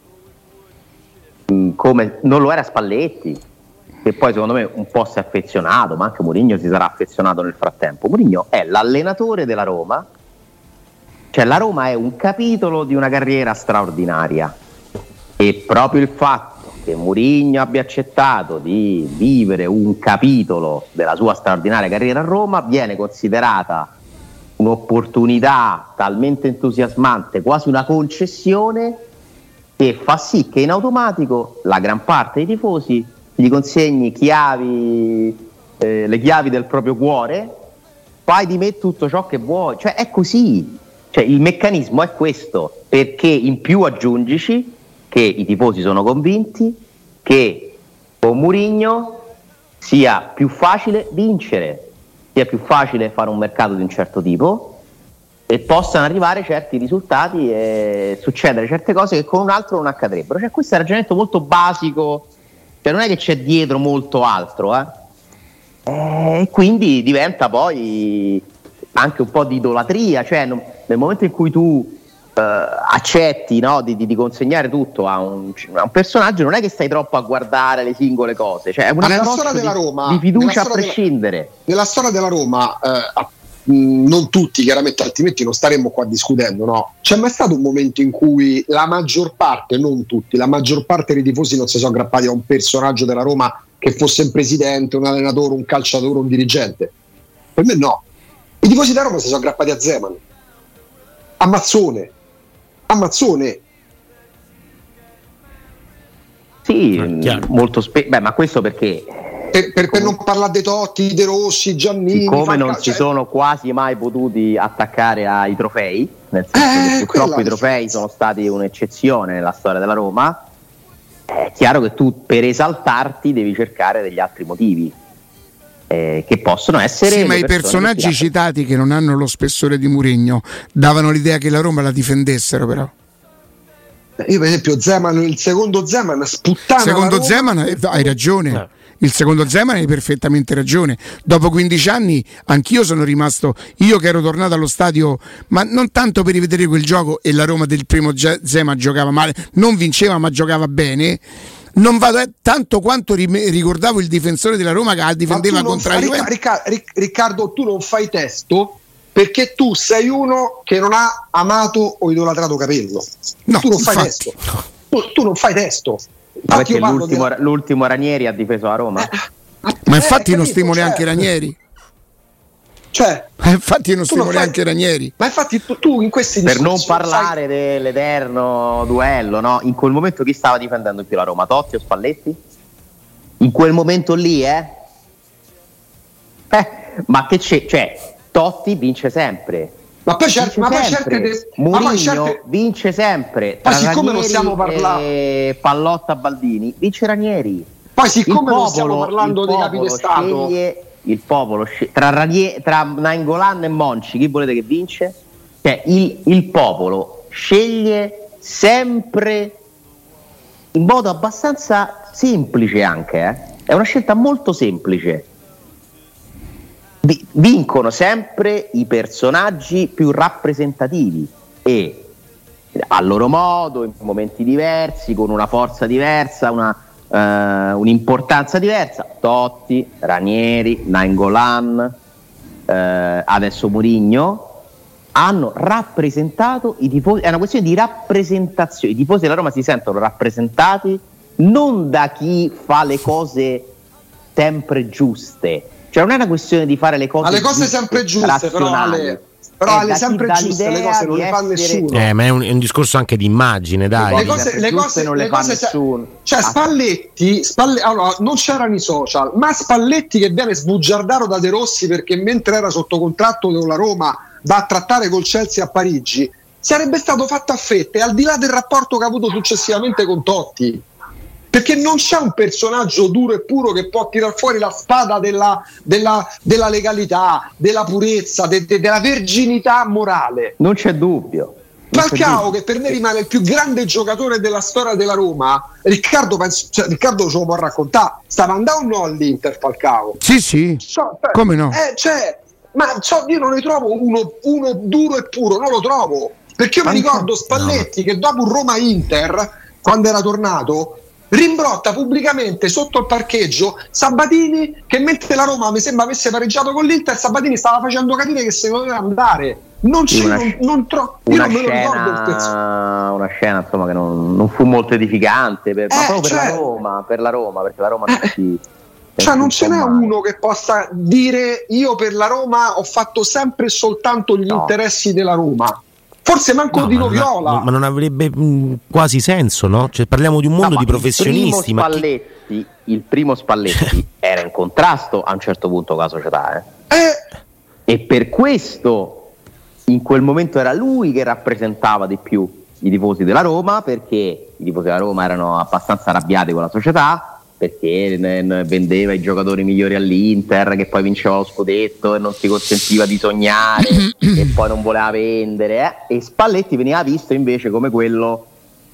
come non lo era Spalletti, che poi secondo me un po' si è affezionato, ma anche Mourinho si sarà affezionato nel frattempo. Mourinho è l'allenatore della Roma. Cioè la Roma è un capitolo di una carriera straordinaria, e proprio il fatto che Mourinho abbia accettato di vivere un capitolo della sua straordinaria carriera a Roma viene considerata un'opportunità talmente entusiasmante, quasi una concessione, che fa sì che in automatico la gran parte dei tifosi gli consegni chiavi, eh, le chiavi del proprio cuore, fai di me tutto ciò che vuoi. Cioè è così. Cioè, il meccanismo è questo, perché in più aggiungici che i tifosi sono convinti che con Mourinho sia più facile vincere, sia più facile fare un mercato di un certo tipo e possano arrivare certi risultati e succedere certe cose che con un altro non accadrebbero. Cioè, questo è un ragionamento molto basico, cioè non è che c'è dietro molto altro, eh? E quindi diventa poi anche un po' di idolatria, cioè non, nel momento in cui tu uh, accetti, no, di, di, di consegnare tutto a un, a un personaggio, non è che stai troppo a guardare le singole cose, cioè è una nella storia della Roma, di fiducia a prescindere. Della, nella storia della Roma, eh, mh, non tutti chiaramente, altrimenti non staremmo qua discutendo, no? C'è mai stato un momento in cui la maggior parte, non tutti, la maggior parte dei tifosi non si sono aggrappati a un personaggio della Roma, che fosse un presidente, un allenatore, un calciatore, un dirigente? Per me no. I tifosi da Roma si sono aggrappati a Zeman, a Mazzone, a Mazzone. Sì, ah, molto spesso. Beh, ma questo perché? Per, per, per non parlare dei Totti, De Rossi, Giannini. Come non si cioè... sono quasi mai potuti attaccare ai trofei, nel senso eh, che purtroppo i trofei sono stati un'eccezione nella storia della Roma. È chiaro che tu per esaltarti devi cercare degli altri motivi. Eh, che possono essere sì, ma i personaggi che citati che non hanno lo spessore di Mourinho davano l'idea che la Roma la difendessero, però io per esempio Zeman, il secondo Zeman sputtana secondo Zeman hai ragione eh. il secondo Zeman hai perfettamente ragione. Dopo quindici anni anch'io sono rimasto, io che ero tornato allo stadio, ma non tanto per rivedere quel gioco, e la Roma del primo Zeman giocava male, non vinceva ma giocava bene. Non vado eh, tanto quanto rim- ricordavo il difensore della Roma che difendeva contro la Juventus. Ricca- Ricca- Riccardo, tu non fai testo perché tu sei uno che non ha amato o idolatrato Capello. No, tu non infatti. fai testo. Tu, tu non fai testo. Ma perché l'ultimo, di... l'ultimo Ranieri ha difeso la Roma? Eh, ma infatti eh, non stimo cioè, neanche Ranieri. Cioè, ma infatti non stimo non neanche fai... Ranieri. Ma infatti tu, tu in questi per non parlare sai... dell'eterno duello, no? In quel momento chi stava difendendo più la Roma, Totti o Spalletti? In quel momento lì, eh? eh ma che c'è? Cioè, Totti vince sempre. Ma poi certe, ma poi certe de... Mourinho certe... vince sempre. Ma siccome non stiamo parlando e Pallotta Baldini, vince Ranieri. Poi siccome popolo, non stiamo parlando dei capi di Stato, sceglie... il popolo sceglie... tra, Ranie... tra Nainggolan e Monci, chi volete che vince? Cioè il, il popolo sceglie sempre in modo abbastanza semplice anche, eh? È una scelta molto semplice. Vincono sempre i personaggi più rappresentativi e a loro modo, in momenti diversi, con una forza diversa, una, uh, un'importanza diversa. Totti, Ranieri, Nainggolan, uh, adesso Mourinho hanno rappresentato i tifosi. È una questione di rappresentazione. I tifosi della Roma si sentono rappresentati non da chi fa le cose sempre giuste, Cioè non è una questione di fare le cose, ma le cose sempre giuste, però Ale, però Ale sempre giuste, le cose non le fa nessuno. Eh, ma è un, è un discorso anche di immagine, dai. Le cose, le cose non le, le fa cose nessuno. Cioè Spalletti, Spalletti allora, non c'erano i social, ma Spalletti che viene sbugiardato da De Rossi perché mentre era sotto contratto con la Roma va a trattare col Chelsea a Parigi, sarebbe stato fatto a fette, al di là del rapporto che ha avuto successivamente con Totti. Perché non c'è un personaggio duro e puro che può tirar fuori la spada della, della, della legalità, della purezza, de, de, della verginità morale. Non c'è dubbio. Falcao, che per me rimane il più grande giocatore della storia della Roma, Riccardo, penso, cioè, Riccardo ce lo può raccontare, stava andando o no all'Inter Falcao? Sì, sì, so, beh, come no? Eh, cioè, ma so, io non ne trovo uno, uno duro e puro, non lo trovo. Perché io mi ricordo Spalletti no. che dopo un Roma-Inter, quando era tornato, rimbrotta pubblicamente sotto il parcheggio Sabatini, che mentre la Roma mi sembra avesse pareggiato con l'Inter, Sabatini stava facendo capire che se doveva andare. Non c'è, una, non, non tro- io una non me lo scena, ricordo il pezzo. Una scena insomma che non, non fu molto edificante per, eh, ma proprio cioè, per la Roma, per la Roma, perché la Roma eh, non si, cioè non ce n'è male. Uno che possa dire io per la Roma ho fatto sempre e soltanto gli no. interessi della Roma. Forse manco no, Dino Viola, ma non avrebbe mh, quasi senso, no? Cioè, parliamo di un mondo no, di professionisti. Il primo Spalletti, ma chi... il primo Spalletti era in contrasto a un certo punto con la società, eh? Eh. E per questo in quel momento era lui che rappresentava di più i tifosi della Roma, perché i tifosi della Roma erano abbastanza arrabbiati con la società, perché vendeva i giocatori migliori all'Inter, che poi vinceva lo scudetto e non si consentiva di sognare e poi non voleva vendere, eh? E Spalletti veniva visto invece come quello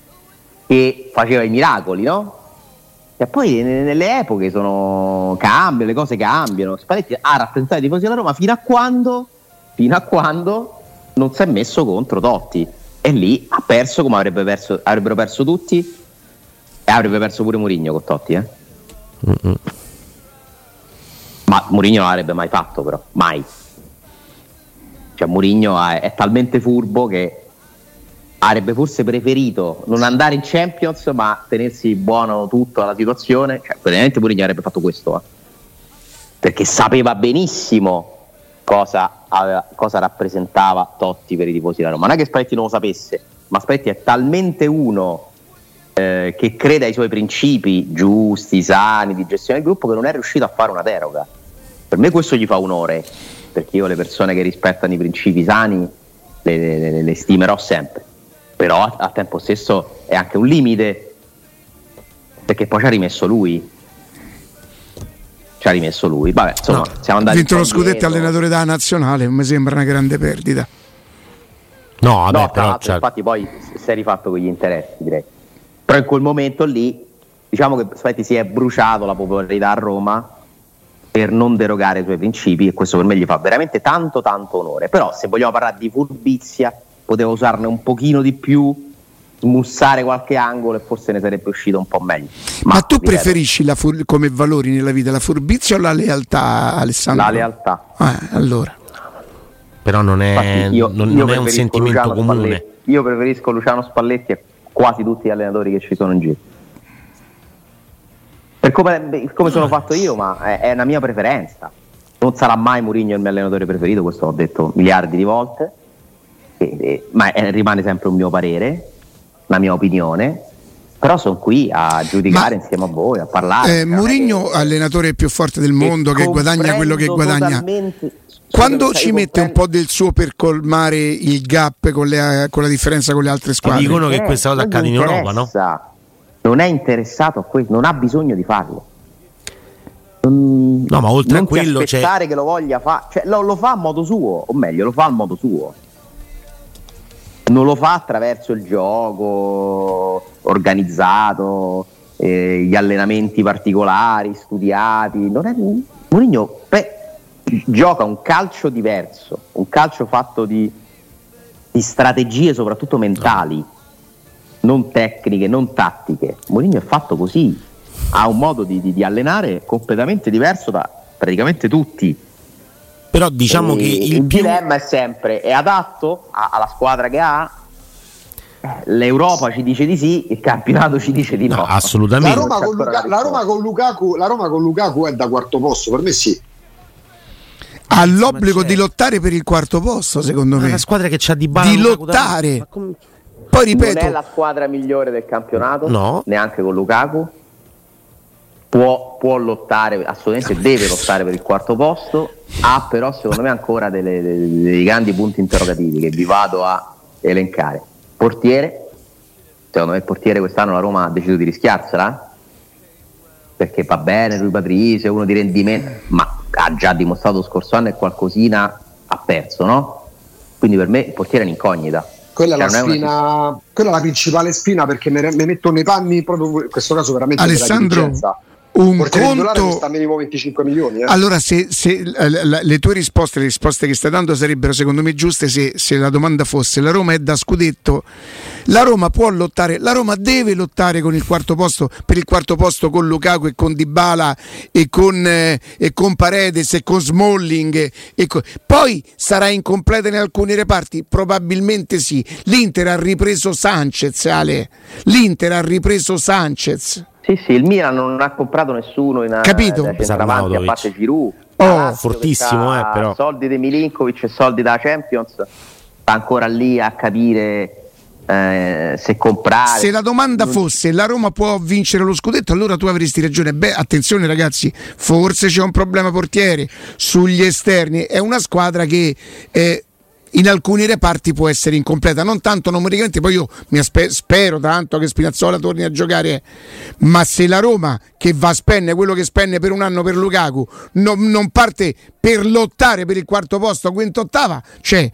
che faceva i miracoli, no? E poi nelle epoche sono cambiano, le cose cambiano. Spalletti ha rappresentato i tifosi della Roma fino a quando fino a quando non si è messo contro Totti, e lì ha perso come avrebbe perso, avrebbero perso tutti, e avrebbe perso pure Mourinho con Totti, eh? Mm-hmm. Ma Mourinho non l'avrebbe mai fatto, però mai. Cioè Mourinho è, è talmente furbo che avrebbe forse preferito non andare in Champions ma tenersi buono tutta la situazione. Cioè veramente Mourinho avrebbe fatto questo, eh? Perché sapeva benissimo cosa, aveva, cosa rappresentava Totti per i tifosi della Roma. Non è che Spalletti non lo sapesse, ma Spalletti è talmente uno eh, che crede ai suoi principi giusti, sani, di gestione del gruppo, che non è riuscito a fare una deroga. Per me questo gli fa onore, perché io le persone che rispettano i principi sani le, le, le stimerò sempre, però al tempo stesso è anche un limite, perché poi ci ha rimesso lui ci ha rimesso lui vabbè insomma no, siamo andati, vinto lo scudetto allenatore della nazionale, mi sembra una grande perdita. No, vabbè, no però, cioè... infatti poi si è rifatto con gli interessi, direi. Però in quel momento lì diciamo che Spalletti si è bruciato la popolarità a Roma per non derogare ai suoi principi, e questo per me gli fa veramente tanto tanto onore. Però se vogliamo parlare di furbizia poteva usarne un pochino di più, smussare qualche angolo, e forse ne sarebbe uscito un po' meglio. Ma, Ma tu preferisci la fur- come valori nella vita la furbizia o la lealtà, Alessandro? La lealtà. Ah, allora. Però non è, io, non, io non è un sentimento Luciano comune. Spalletti. Io preferisco Luciano Spalletti a quasi tutti gli allenatori che ci sono in giro. Per come, come sono fatto io, ma è, è una mia preferenza. Non sarà mai Mourinho il mio allenatore preferito, questo l'ho detto miliardi di volte, e, e, ma è, rimane sempre un mio parere, una mia opinione. Però sono qui a giudicare ma, insieme a voi, a parlare. Eh, Mourinho, allenatore più forte del mondo, che guadagna quello che guadagna. Quando ci mette un po' del suo per colmare il gap con, le, con la differenza con le altre squadre? Dicono che questa cosa accade in Europa, no? Non è interessato a questo, non ha bisogno di farlo. Non, no, ma oltre non a quello c'è c'è... che lo voglia fare, cioè lo, lo fa a modo suo, o meglio, lo fa al modo suo. Non lo fa attraverso il gioco organizzato, eh, gli allenamenti particolari, studiati. Non è Mourinho beh, gioca un calcio diverso, un calcio fatto di, di strategie soprattutto mentali, non tecniche, non tattiche. Mourinho è fatto così, ha un modo di, di, di allenare completamente diverso da praticamente tutti. Però diciamo e che il, il più... dilemma è sempre: è adatto a, alla squadra che ha? L'Europa ci dice di sì, il campionato ci dice di no. No, assolutamente. La Roma, con Luca, la, Roma con Lukaku, la Roma con Lukaku è da quarto posto, per me sì. ha l'obbligo di lottare per il quarto posto, secondo me. È una squadra che c'ha Dybala, di lottare. Com- Poi ripeto, non è la squadra migliore del campionato, no, neanche con Lukaku. Può, può lottare, assolutamente deve lottare per il quarto posto. Ha però secondo me ancora delle, delle, dei grandi punti interrogativi che vi vado a elencare. Portiere, secondo me il portiere quest'anno la Roma ha deciso di rischiarsela, perché va bene Rui Patricio, è uno di rendimento, ma ha già dimostrato lo scorso anno e qualcosina ha perso, no? Quindi per me il portiere è un'incognita. Quella è, cioè, la, spina, una... quella è la principale spina, perché mi, mi metto nei panni proprio in questo caso veramente Alessandro, un conto sta minimo venticinque milioni. Eh. Allora, se, se la, le tue risposte, le risposte che stai dando sarebbero secondo me giuste se, se la domanda fosse: la Roma è da scudetto, la Roma può lottare, la Roma deve lottare con il quarto posto, per il quarto posto con Lukaku e con Dybala e con, eh, e con Paredes e con Smalling e con... poi sarà incompleta in alcuni reparti? Probabilmente sì. L'Inter ha ripreso Sanchez, Ale. L'Inter ha ripreso Sanchez. Sì, sì, il Milan non ha comprato nessuno in capito? Centravanti, a parte Giroud. Oh, fortissimo, eh, però. Soldi di Milinkovic e soldi da Champions, sta ancora lì a capire eh, se comprare. Se la domanda fosse la Roma può vincere lo scudetto, allora tu avresti ragione. Beh, attenzione ragazzi, forse c'è un problema portiere sugli esterni. È una squadra che eh, in alcuni reparti può essere incompleta, non tanto numericamente, poi io mi aspe- spero tanto che Spinazzola torni a giocare, ma se la Roma che va a spendere quello che spende per un anno per Lukaku non, non parte per lottare per il quarto posto, quinto, ottava, cioè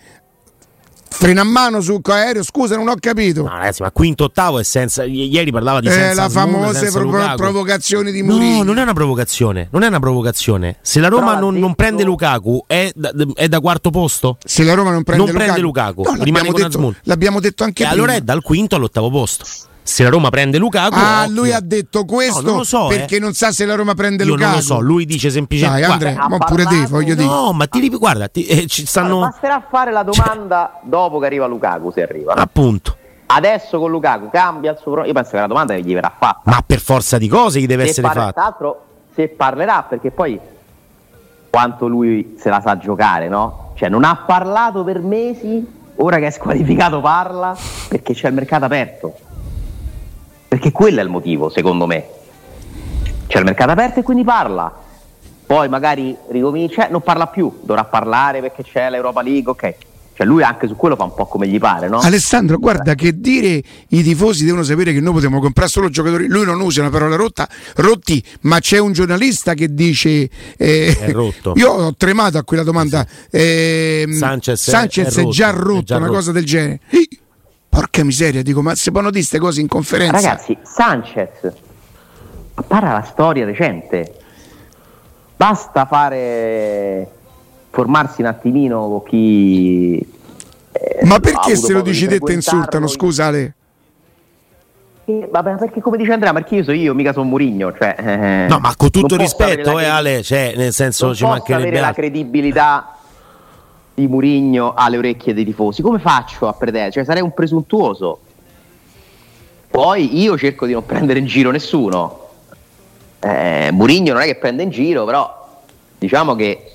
freno a mano sul aereo, scusa non ho capito. No ragazzi, ma quinto ottavo è senza, i- ieri parlava di senza eh, la famosa provo- provocazione di Mourinho. No, non è una provocazione, non è una provocazione. Se la Roma non, non prende Lukaku è da, è da quarto posto. Se la Roma non prende non Lukaku, prende Lukaku no, rimane con detto, Azmoun. L'abbiamo detto anche e prima. allora è dal quinto all'ottavo posto. Se la Roma prende Lukaku, ah, occhio. lui ha detto questo no, non lo so, perché eh. non sa se la Roma prende Io Lukaku. non lo so, lui dice semplicemente dai Andrea, ma pure te, voglio dire. No, ma ti guarda, ti, eh, ci stanno allora, basterà fare la domanda cioè... dopo che arriva Lukaku, se arriva. Appunto. Adesso con Lukaku cambia il suo. Io penso che la domanda gli verrà fatta. Ma per forza di cose gli deve se essere fatta. Tra l'altro, se parlerà, perché poi quanto lui se la sa giocare, no? Cioè, non ha parlato per mesi, ora che è squalificato parla perché c'è il mercato aperto. Perché quello è il motivo, secondo me. C'è il mercato aperto e quindi parla. Poi magari ricomincia, non parla più, dovrà parlare perché c'è l'Europa League, ok. Cioè lui anche su quello fa un po' come gli pare, no? Alessandro, guarda che dire i tifosi devono sapere che noi possiamo comprare solo giocatori, lui non usa una parola rotta, rotti, ma c'è un giornalista che dice eh, è rotto. Io ho tremato a quella domanda. Eh, Sanchez, Sanchez è, è, già rotto, è già una rotto. Cosa del genere. Porca miseria, dico, ma se possono dire queste cose in conferenza? Ragazzi, Sanchez parla la storia recente. Basta fare formarsi un attimino con chi eh, ma perché se lo dici te te insultano, scusa Ale? Eh, vabbè, perché come dice Andrea, perché io so io, mica sono Mourinho, cioè, eh, no, ma con tutto rispetto eh, Ale, cioè, nel senso non ci mancherebbe avere la credibilità di Mourinho alle orecchie dei tifosi. Come faccio a pretendere? Cioè sarei un presuntuoso. Poi io cerco di non prendere in giro nessuno. eh, Mourinho non è che prende in giro, però diciamo che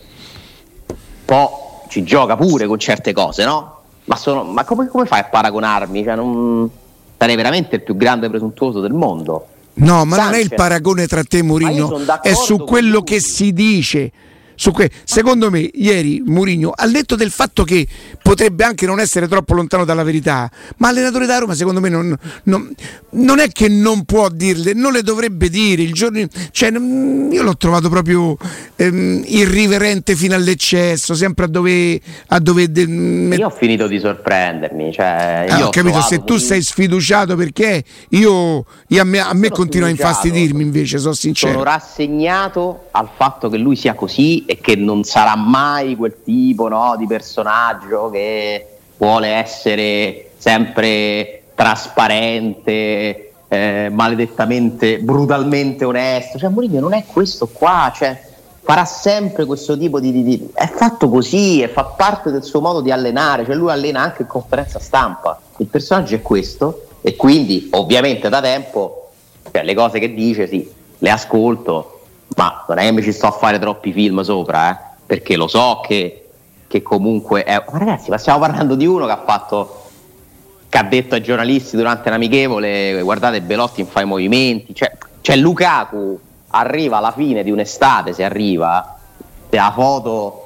po' ci gioca pure con certe cose, no? Ma, sono, ma come, come fai a paragonarmi? Cioè non, sarei veramente il più grande presuntuoso del mondo. No, ma Sanchez. Non è il paragone tra te e Mourinho, è su quello che si dice. Su que- secondo me ieri Mourinho, al netto del fatto che potrebbe anche non essere troppo lontano dalla verità, ma allenatore da Roma secondo me non, non, non è che non può dirle, non le dovrebbe dire il giorno, cioè, io l'ho trovato proprio ehm, irriverente fino all'eccesso, sempre a dove, a dove de- io ho finito di sorprendermi, cioè, io eh, ho capito, se tu sei sfiduciato perché io, io a me, a me continua a infastidirmi, invece sono sincero, sono rassegnato al fatto che lui sia così e che non sarà mai quel tipo, no, di personaggio che vuole essere sempre trasparente, eh, maledettamente, brutalmente onesto. Cioè Mourinho non è questo qua, cioè farà sempre questo tipo di, di, di... è fatto così e fa parte del suo modo di allenare, cioè lui allena anche in conferenza stampa, il personaggio è questo e quindi ovviamente da tempo, cioè, le cose che dice sì, le ascolto, ma non è che mi ci sto a fare troppi film sopra, eh. perché lo so che, che comunque è... Ma ragazzi, ma stiamo parlando di uno che ha fatto, che ha detto ai giornalisti durante l'amichevole: guardate, Belotti fa i movimenti, cioè, cioè Lukaku arriva alla fine di un'estate, se arriva, la foto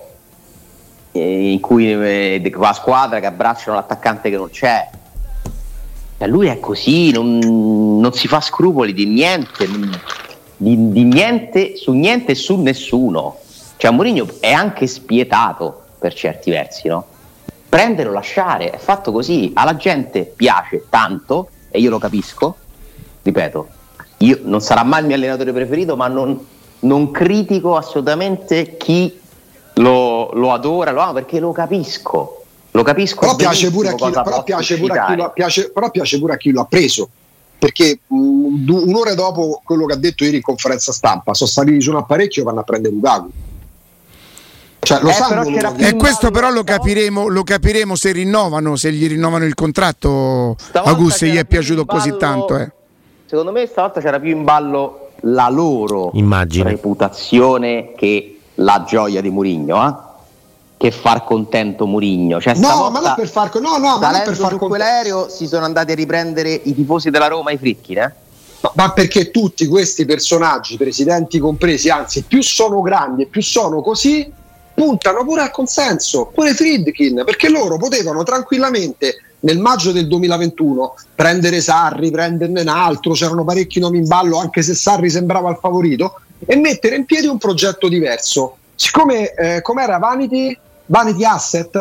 in cui eh, con la squadra che abbracciano l'attaccante che non c'è, cioè, lui è così, non, non si fa scrupoli di niente, di, di niente su niente e su nessuno. Cioè Mourinho è anche spietato per certi versi, no? Prendere o lasciare, è fatto così. Alla gente piace tanto e io lo capisco, ripeto, io non sarà mai il mio allenatore preferito, ma non, non critico assolutamente chi lo, lo adora, lo ama, perché lo capisco, lo capisco. Però piace pure a chi, però piace pure a chi lo, piace, però piace pure a chi lo ha preso, perché um, un'ora dopo quello che ha detto ieri in conferenza stampa sono saliti su un apparecchio e vanno a prendere Lukaku. Cioè, lo eh, sanno, però lo e questo però lo capiremo, lo capiremo se rinnovano, se gli rinnovano il contratto. Augusto, se gli è piaciuto ballo, così tanto. Eh. Secondo me stavolta c'era più in ballo la loro Immagine. reputazione che la gioia di Mourinho, eh? Che far contento Mourinho. Cioè, no, ma non per far no, no, ma non per far su quell'aereo si sono andati a riprendere i tifosi della Roma, i fricchi, eh? Ma, ma perché tutti questi personaggi, presidenti compresi, anzi, più sono grandi e più sono così, puntano pure al consenso, pure Friedkin, perché loro potevano tranquillamente nel maggio del duemilaventuno prendere Sarri, prenderne un altro, c'erano parecchi nomi in ballo, anche se Sarri sembrava il favorito, e mettere in piedi un progetto diverso. Siccome eh, com'era Vanity, Vanity Asset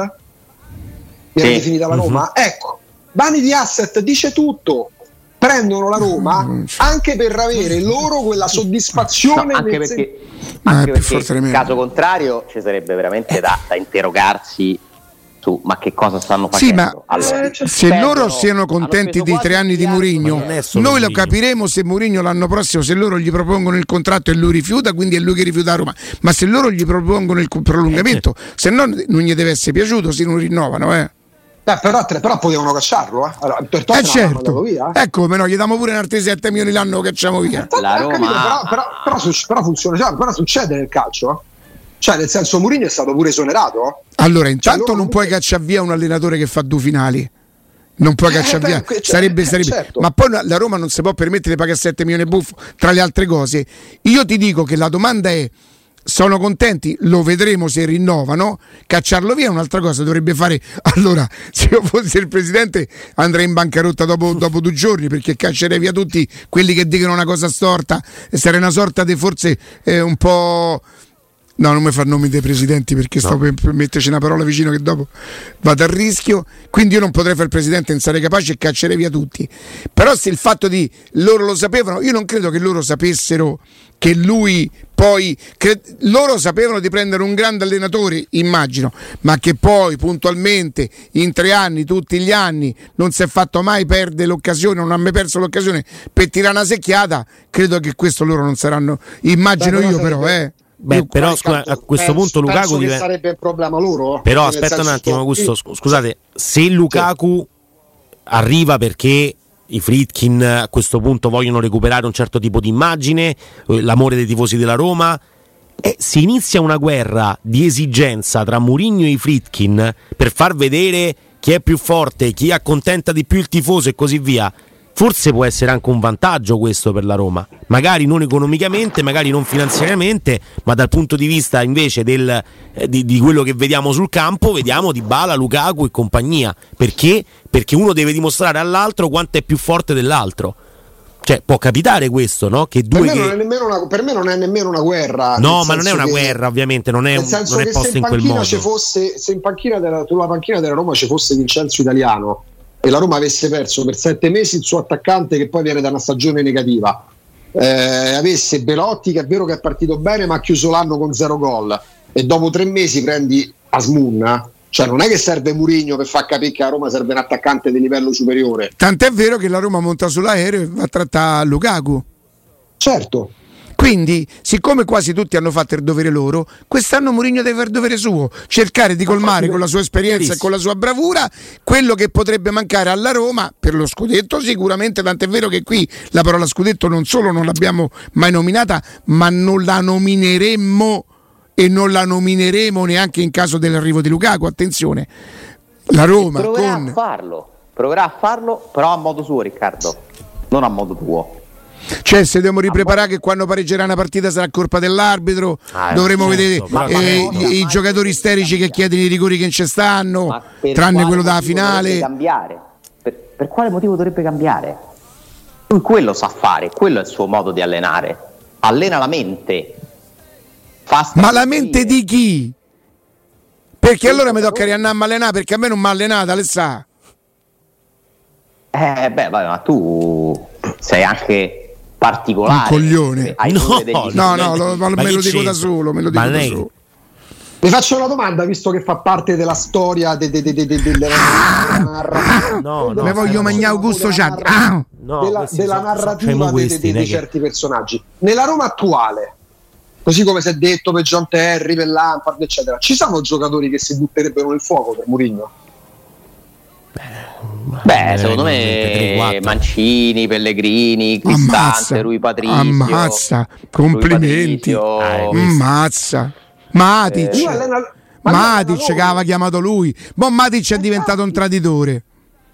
era sì. definita la Roma, uh-huh. ecco, Vanity Asset dice tutto. Prendono la Roma anche per avere loro quella soddisfazione, no, anche perché, anche perché in caso contrario ci sarebbe veramente da, da interrogarsi su ma che cosa stanno facendo. Sì, ma allora, se perdono, loro siano contenti dei tre anni di Mourinho, noi lo capiremo se Mourinho l'anno prossimo, se loro gli propongono il contratto e lui rifiuta, quindi è lui che rifiuta a Roma. Ma se loro gli propongono il prolungamento, se no non gli deve essere piaciuto, se non rinnovano, eh. Beh, però, però potevano cacciarlo, eh. Allora, per eh certo, via, eh. Ecco, no, gli diamo pure in altri sette milioni l'anno, lo cacciamo via. La Roma... capito, però, però, però, però funziona, cioè, però succede nel calcio, eh. Cioè nel senso Mourinho è stato pure esonerato. Allora intanto cioè, non puoi cacciare via un allenatore che fa due finali, non puoi cacciare eh, via beh, sarebbe, sarebbe. Certo. Ma poi la Roma non si può permettere di pagare sette milioni buffo, tra le altre cose. Io ti dico che la domanda è: sono contenti? Lo vedremo se rinnovano. Cacciarlo via è un'altra cosa, dovrebbe fare. Allora, se io fossi il presidente andrei in bancarotta dopo, dopo due giorni, perché caccerei via tutti quelli che dicono una cosa storta e sarei una sorta di forse eh, un po'. No, non mi fa nomi dei presidenti perché no. sto per, per metterci una parola vicino che dopo vado a rischio, quindi io non potrei fare il presidente, non sarei capace e caccerei via tutti. Però se il fatto di loro lo sapevano, io non credo che loro sapessero che lui poi cre- loro sapevano di prendere un grande allenatore, immagino, ma che poi puntualmente in tre anni, tutti gli anni, non si è fatto mai perdere l'occasione, non ha mai perso l'occasione per tirare una secchiata, credo che questo loro non saranno, immagino Beh, io però, però eh Beh, però scusa, a questo penso, punto Lukaku diventa... sarebbe il problema loro. Però aspetta un attimo, Augusto, scusate, se Lukaku sì. arriva perché i Friedkin a questo punto vogliono recuperare un certo tipo di immagine, l'amore dei tifosi della Roma, e si inizia una guerra di esigenza tra Mourinho e i Friedkin per far vedere chi è più forte, chi accontenta di più il tifoso e così via. Forse può essere anche un vantaggio questo per la Roma, magari non economicamente, magari non finanziariamente, ma dal punto di vista invece del, eh, di, di quello che vediamo sul campo, vediamo Dybala, Lukaku e compagnia. Perché? Perché uno deve dimostrare all'altro quanto è più forte dell'altro. Cioè può capitare questo, no? Che due per, me che... non è nemmeno una, per me non è nemmeno una guerra. No, ma non è una che, guerra, ovviamente, non è, nel senso non è che posto se in, in quel modo. Ci fosse, se in panchina della, sulla panchina della Roma ci fosse Vincenzo Italiano e la Roma avesse perso per sette mesi il suo attaccante che poi viene da una stagione negativa, eh, avesse Belotti che è vero che è partito bene ma ha chiuso l'anno con zero gol e dopo tre mesi prendi Asmun, cioè non è che serve Mourinho per far capire che a Roma serve un attaccante di livello superiore. Tant'è vero che la Roma monta sull'aereo e va a trattare Lukaku. Certo. Quindi, siccome quasi tutti hanno fatto il dovere loro, quest'anno Mourinho deve fare il dovere suo, cercare di colmare con la sua esperienza e con la sua bravura quello che potrebbe mancare alla Roma per lo scudetto sicuramente, tant'è vero che qui la parola scudetto non solo non l'abbiamo mai nominata, ma non la nomineremmo e non la nomineremo neanche in caso dell'arrivo di Lukaku, attenzione. La Roma proverà con... a farlo, proverà a farlo, però a modo suo, Riccardo, non a modo tuo. Cioè, se dobbiamo ripreparare che quando pareggerà una partita sarà colpa dell'arbitro, ah, dovremo certo, vedere eh, no, i, i giocatori isterici che chiedono i rigori che non ci stanno, tranne quello della finale. Cambiare? Per, per quale motivo dovrebbe cambiare? Lui quello sa fare, quello è il suo modo di allenare. Allena la mente. Ma la mente di chi? Perché allora mi tocca riandare a allenare, perché a me non mi ha allenata, Alessà. Eh beh, vabbè, ma tu sei anche particolare. Un coglione. No, no, no, lo, lo, me lo dico da solo, me lo dico da solo. Vi faccio una domanda, visto che fa parte della storia de, de, de, de, de, de, della narrativa. No, no, me voglio mangiare Augusto Ciardi. Ah! Della, della narrativa di certi personaggi. Nella Roma attuale, così come si è detto per John Terry, per Lampard, eccetera, ci sono giocatori che si butterebbero nel fuoco per Mourinho? Beh, secondo me Mancini, Pellegrini, Cristante, Rui Patricio. Ammazza, complimenti. Ammazza. Matic, eh, allena, Matic che aveva chiamato lui. Boh, Matic è diventato un traditore.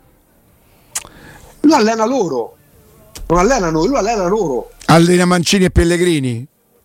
Lui allena loro. Non allena noi, lui allena loro. Allena Mancini e Pellegrini.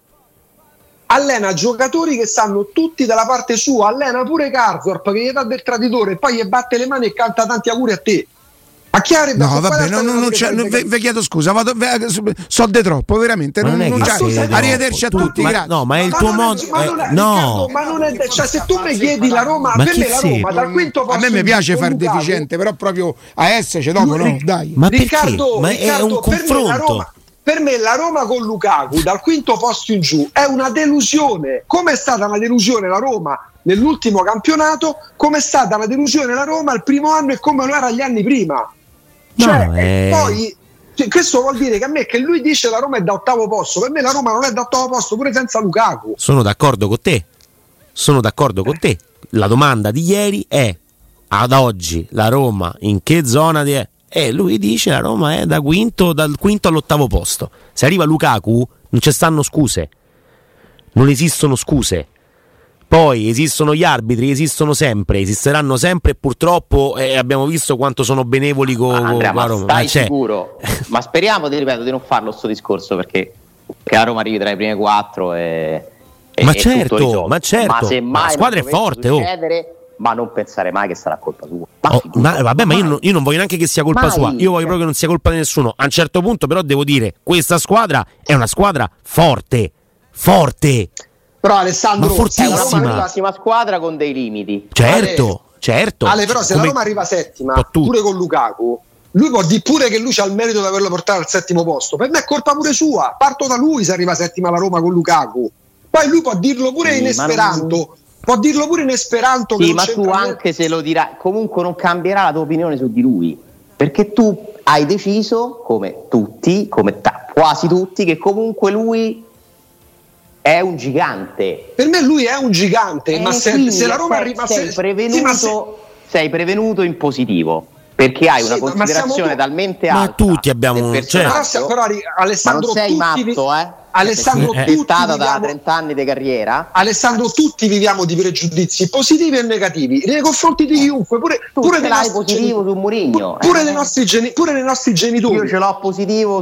Allena giocatori che stanno tutti dalla parte sua, allena pure Karsdorp che gli dà del traditore e poi gli batte le mani e canta tanti auguri a te. Ma chi avrebbe No, vabbè, no, no, non c'è, non, ve, ve chiedo scusa, vado, ve, so de troppo, veramente. Non, non, non c'è, arrivederci a tu, tutti, ma, grazie. No, ma è il ma tuo modo. Eh, no, ma non è, cioè, se tu mi chiedi la Roma, ma per me la Roma dal quinto posto. A me mi piace far deficiente, però proprio a S c'è dopo, no? Dai. Ma Riccardo, ma Riccardo, è un confronto. Per me la Roma con Lukaku dal quinto posto in giù è una delusione. Come è stata una delusione la Roma nell'ultimo campionato, come è stata una delusione la Roma il primo anno e come lo era gli anni prima. Cioè, no, è... poi cioè, questo vuol dire che a me che lui dice la Roma è da ottavo posto, per me la Roma non è da ottavo posto pure senza Lukaku. Sono d'accordo con te. Sono d'accordo con te. La domanda di ieri è: ad oggi la Roma in che zona di è? E lui dice la Roma è da quinto, dal quinto all'ottavo posto. Se arriva Lukaku non ci stanno scuse, non esistono scuse. Poi esistono gli arbitri, esistono sempre, esisteranno sempre e purtroppo eh, abbiamo visto quanto sono benevoli con Andrea, la Roma. Ma stai ma c'è. sicuro? Ma speriamo, ti ripeto, di non farlo sto discorso, perché che la Roma arrivi tra i primi quattro e, e ma e certo, ma certo, ma se mai la squadra è forte, succedere, oh. Ma non pensare mai che sarà colpa sua. Ma, oh, ma vabbè, ma io non, io non voglio neanche che sia colpa mai. sua. Io voglio proprio che non sia colpa di nessuno. A un certo punto, però, devo dire: questa squadra è una squadra forte, forte. Però Alessandro, ma fortissima. È una bellissima squadra con dei limiti. Certo, Ale, certo. Ale, però se come... la Roma arriva settima, pure con Lukaku, lui può dire pure che lui c'ha il merito di averlo portato al settimo posto. Per me è colpa pure sua. Parto da lui se arriva settima la Roma con Lukaku. Poi lui può dirlo pure sì, in esperanto. Non... Può dirlo pure in esperanto. Sì, che ma tu anche se lo dirai, comunque non cambierà la tua opinione su di lui. Perché tu hai deciso, come tutti, come ta- quasi tutti, che comunque lui è un gigante. Per me lui è un gigante, eh, ma se, se la Roma sei, arriva sei, se, prevenuto, sì, ma se... sei prevenuto in positivo. Perché hai una sì, considerazione ma talmente ma alta. Ma tutti abbiamo un certo. Però, però Alessandro, ma non sei matto, vi... eh? Alessandro, è tutti stata viviamo... da trenta anni di carriera. Alessandro, tutti viviamo di pregiudizi positivi e negativi nei confronti di chiunque, pure, pure dei nostri positivo geni... su Mourinho, pure, eh. dei nostri geni... pure dei nostri genitori. Io ce l'ho positivo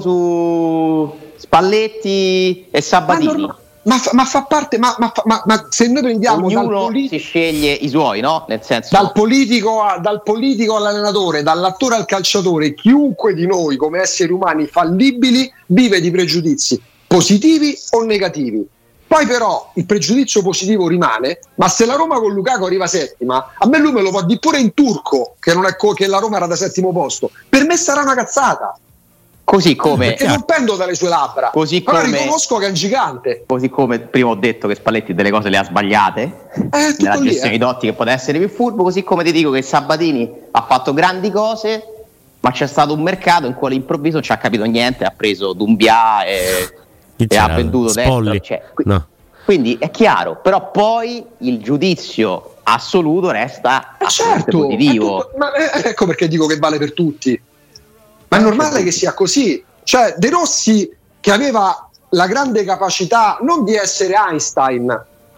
su Spalletti e Sabatini. Ma, ma, fa, ma fa parte, ma, ma, ma, ma se noi prendiamo ognuno dal politi- si sceglie i suoi, no? Nel senso dal politico, a, dal politico all'allenatore, dall'attore al calciatore, chiunque di noi come esseri umani fallibili vive di pregiudizi positivi o negativi. Poi però il pregiudizio positivo rimane, ma se la Roma con Lukaku arriva settima, a me lui me lo può dire pure in turco che, non è co- che la Roma era da settimo posto, per me sarà una cazzata. Così come perché non pendo dalle sue labbra, così però come, riconosco che è un gigante. Così come prima ho detto che Spalletti delle cose le ha sbagliate eh, nella lì, gestione eh. di Dotti, che poteva essere più furbo, così come ti dico che Sabatini ha fatto grandi cose, ma c'è stato un mercato in cui all'improvviso non ci ha capito niente, ha preso Doumbia e, e ha venduto dentro, cioè, qui, no. Quindi è chiaro, però poi il giudizio assoluto resta eh certo, positivo. Tutto, ma eh, ecco perché dico che vale per tutti. Ma è normale che sia così. Cioè, De Rossi, che aveva la grande capacità non di essere Einstein,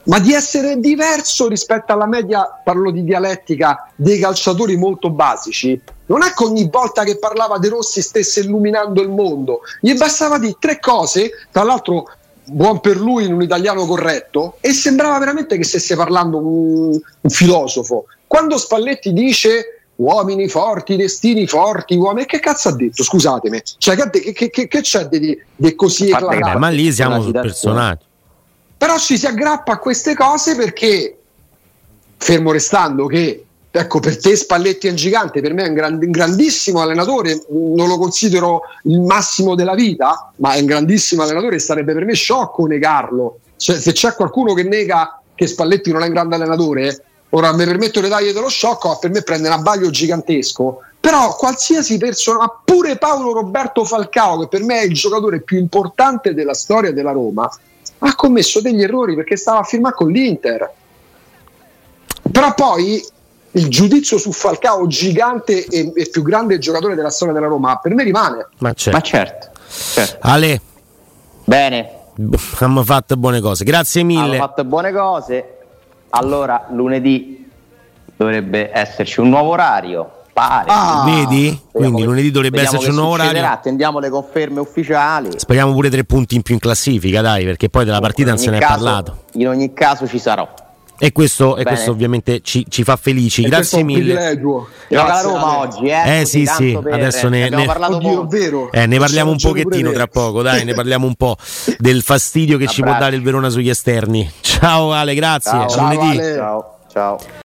ma di essere diverso rispetto alla media, parlo di dialettica, dei calciatori molto basici. Non è che ogni volta che parlava De Rossi stesse illuminando il mondo, gli bastava di tre cose, tra l'altro buon per lui in un italiano corretto, e sembrava veramente che stesse parlando un, un filosofo. Quando Spalletti dice uomini forti, destini forti, uomini, che cazzo ha detto? Scusatemi, cioè, che, che, che, che c'è di, di così eclatante? Ma lì siamo sul personaggio. Però ci si aggrappa a queste cose perché, fermo restando che, ecco, per te Spalletti è un gigante, per me è un, grand, un grandissimo allenatore, non lo considero il massimo della vita, ma è un grandissimo allenatore, sarebbe per me sciocco negarlo. Cioè, se c'è qualcuno che nega che Spalletti non è un grande allenatore, ora mi permetto di dargli dello sciocco, ma per me prende un abbaglio gigantesco. Però qualsiasi persona, pure Paolo Roberto Falcao, che per me è il giocatore più importante della storia della Roma, ha commesso degli errori perché stava a firmare con l'Inter. Però poi il giudizio su Falcao, gigante e, e più grande giocatore della storia della Roma, per me rimane. Ma certo, Ma certo, certo. Ale, bene, abbiamo fatto buone cose, grazie mille. Abbiamo fatto buone cose. Allora lunedì dovrebbe esserci un nuovo orario, pare. Ah, vedi? Quindi che, lunedì dovrebbe esserci un nuovo orario. Attendiamo le conferme ufficiali. Speriamo pure tre punti in più in classifica, dai, perché poi della partita non se ne è caso, parlato. In ogni caso ci sarò. E questo, e questo ovviamente ci, ci fa felici. E grazie mille. Gioca la Roma oggi, eh? Eh sì, sì, per, adesso ne, abbiamo ne, parlato oddio, vero. Eh, ne parliamo un pochettino tra poco, dai, ne parliamo un po' del fastidio che ci può dare il Verona sugli esterni. Ciao Ale, grazie. Ciao, lunedì. ciao, Ale. Ciao, ciao.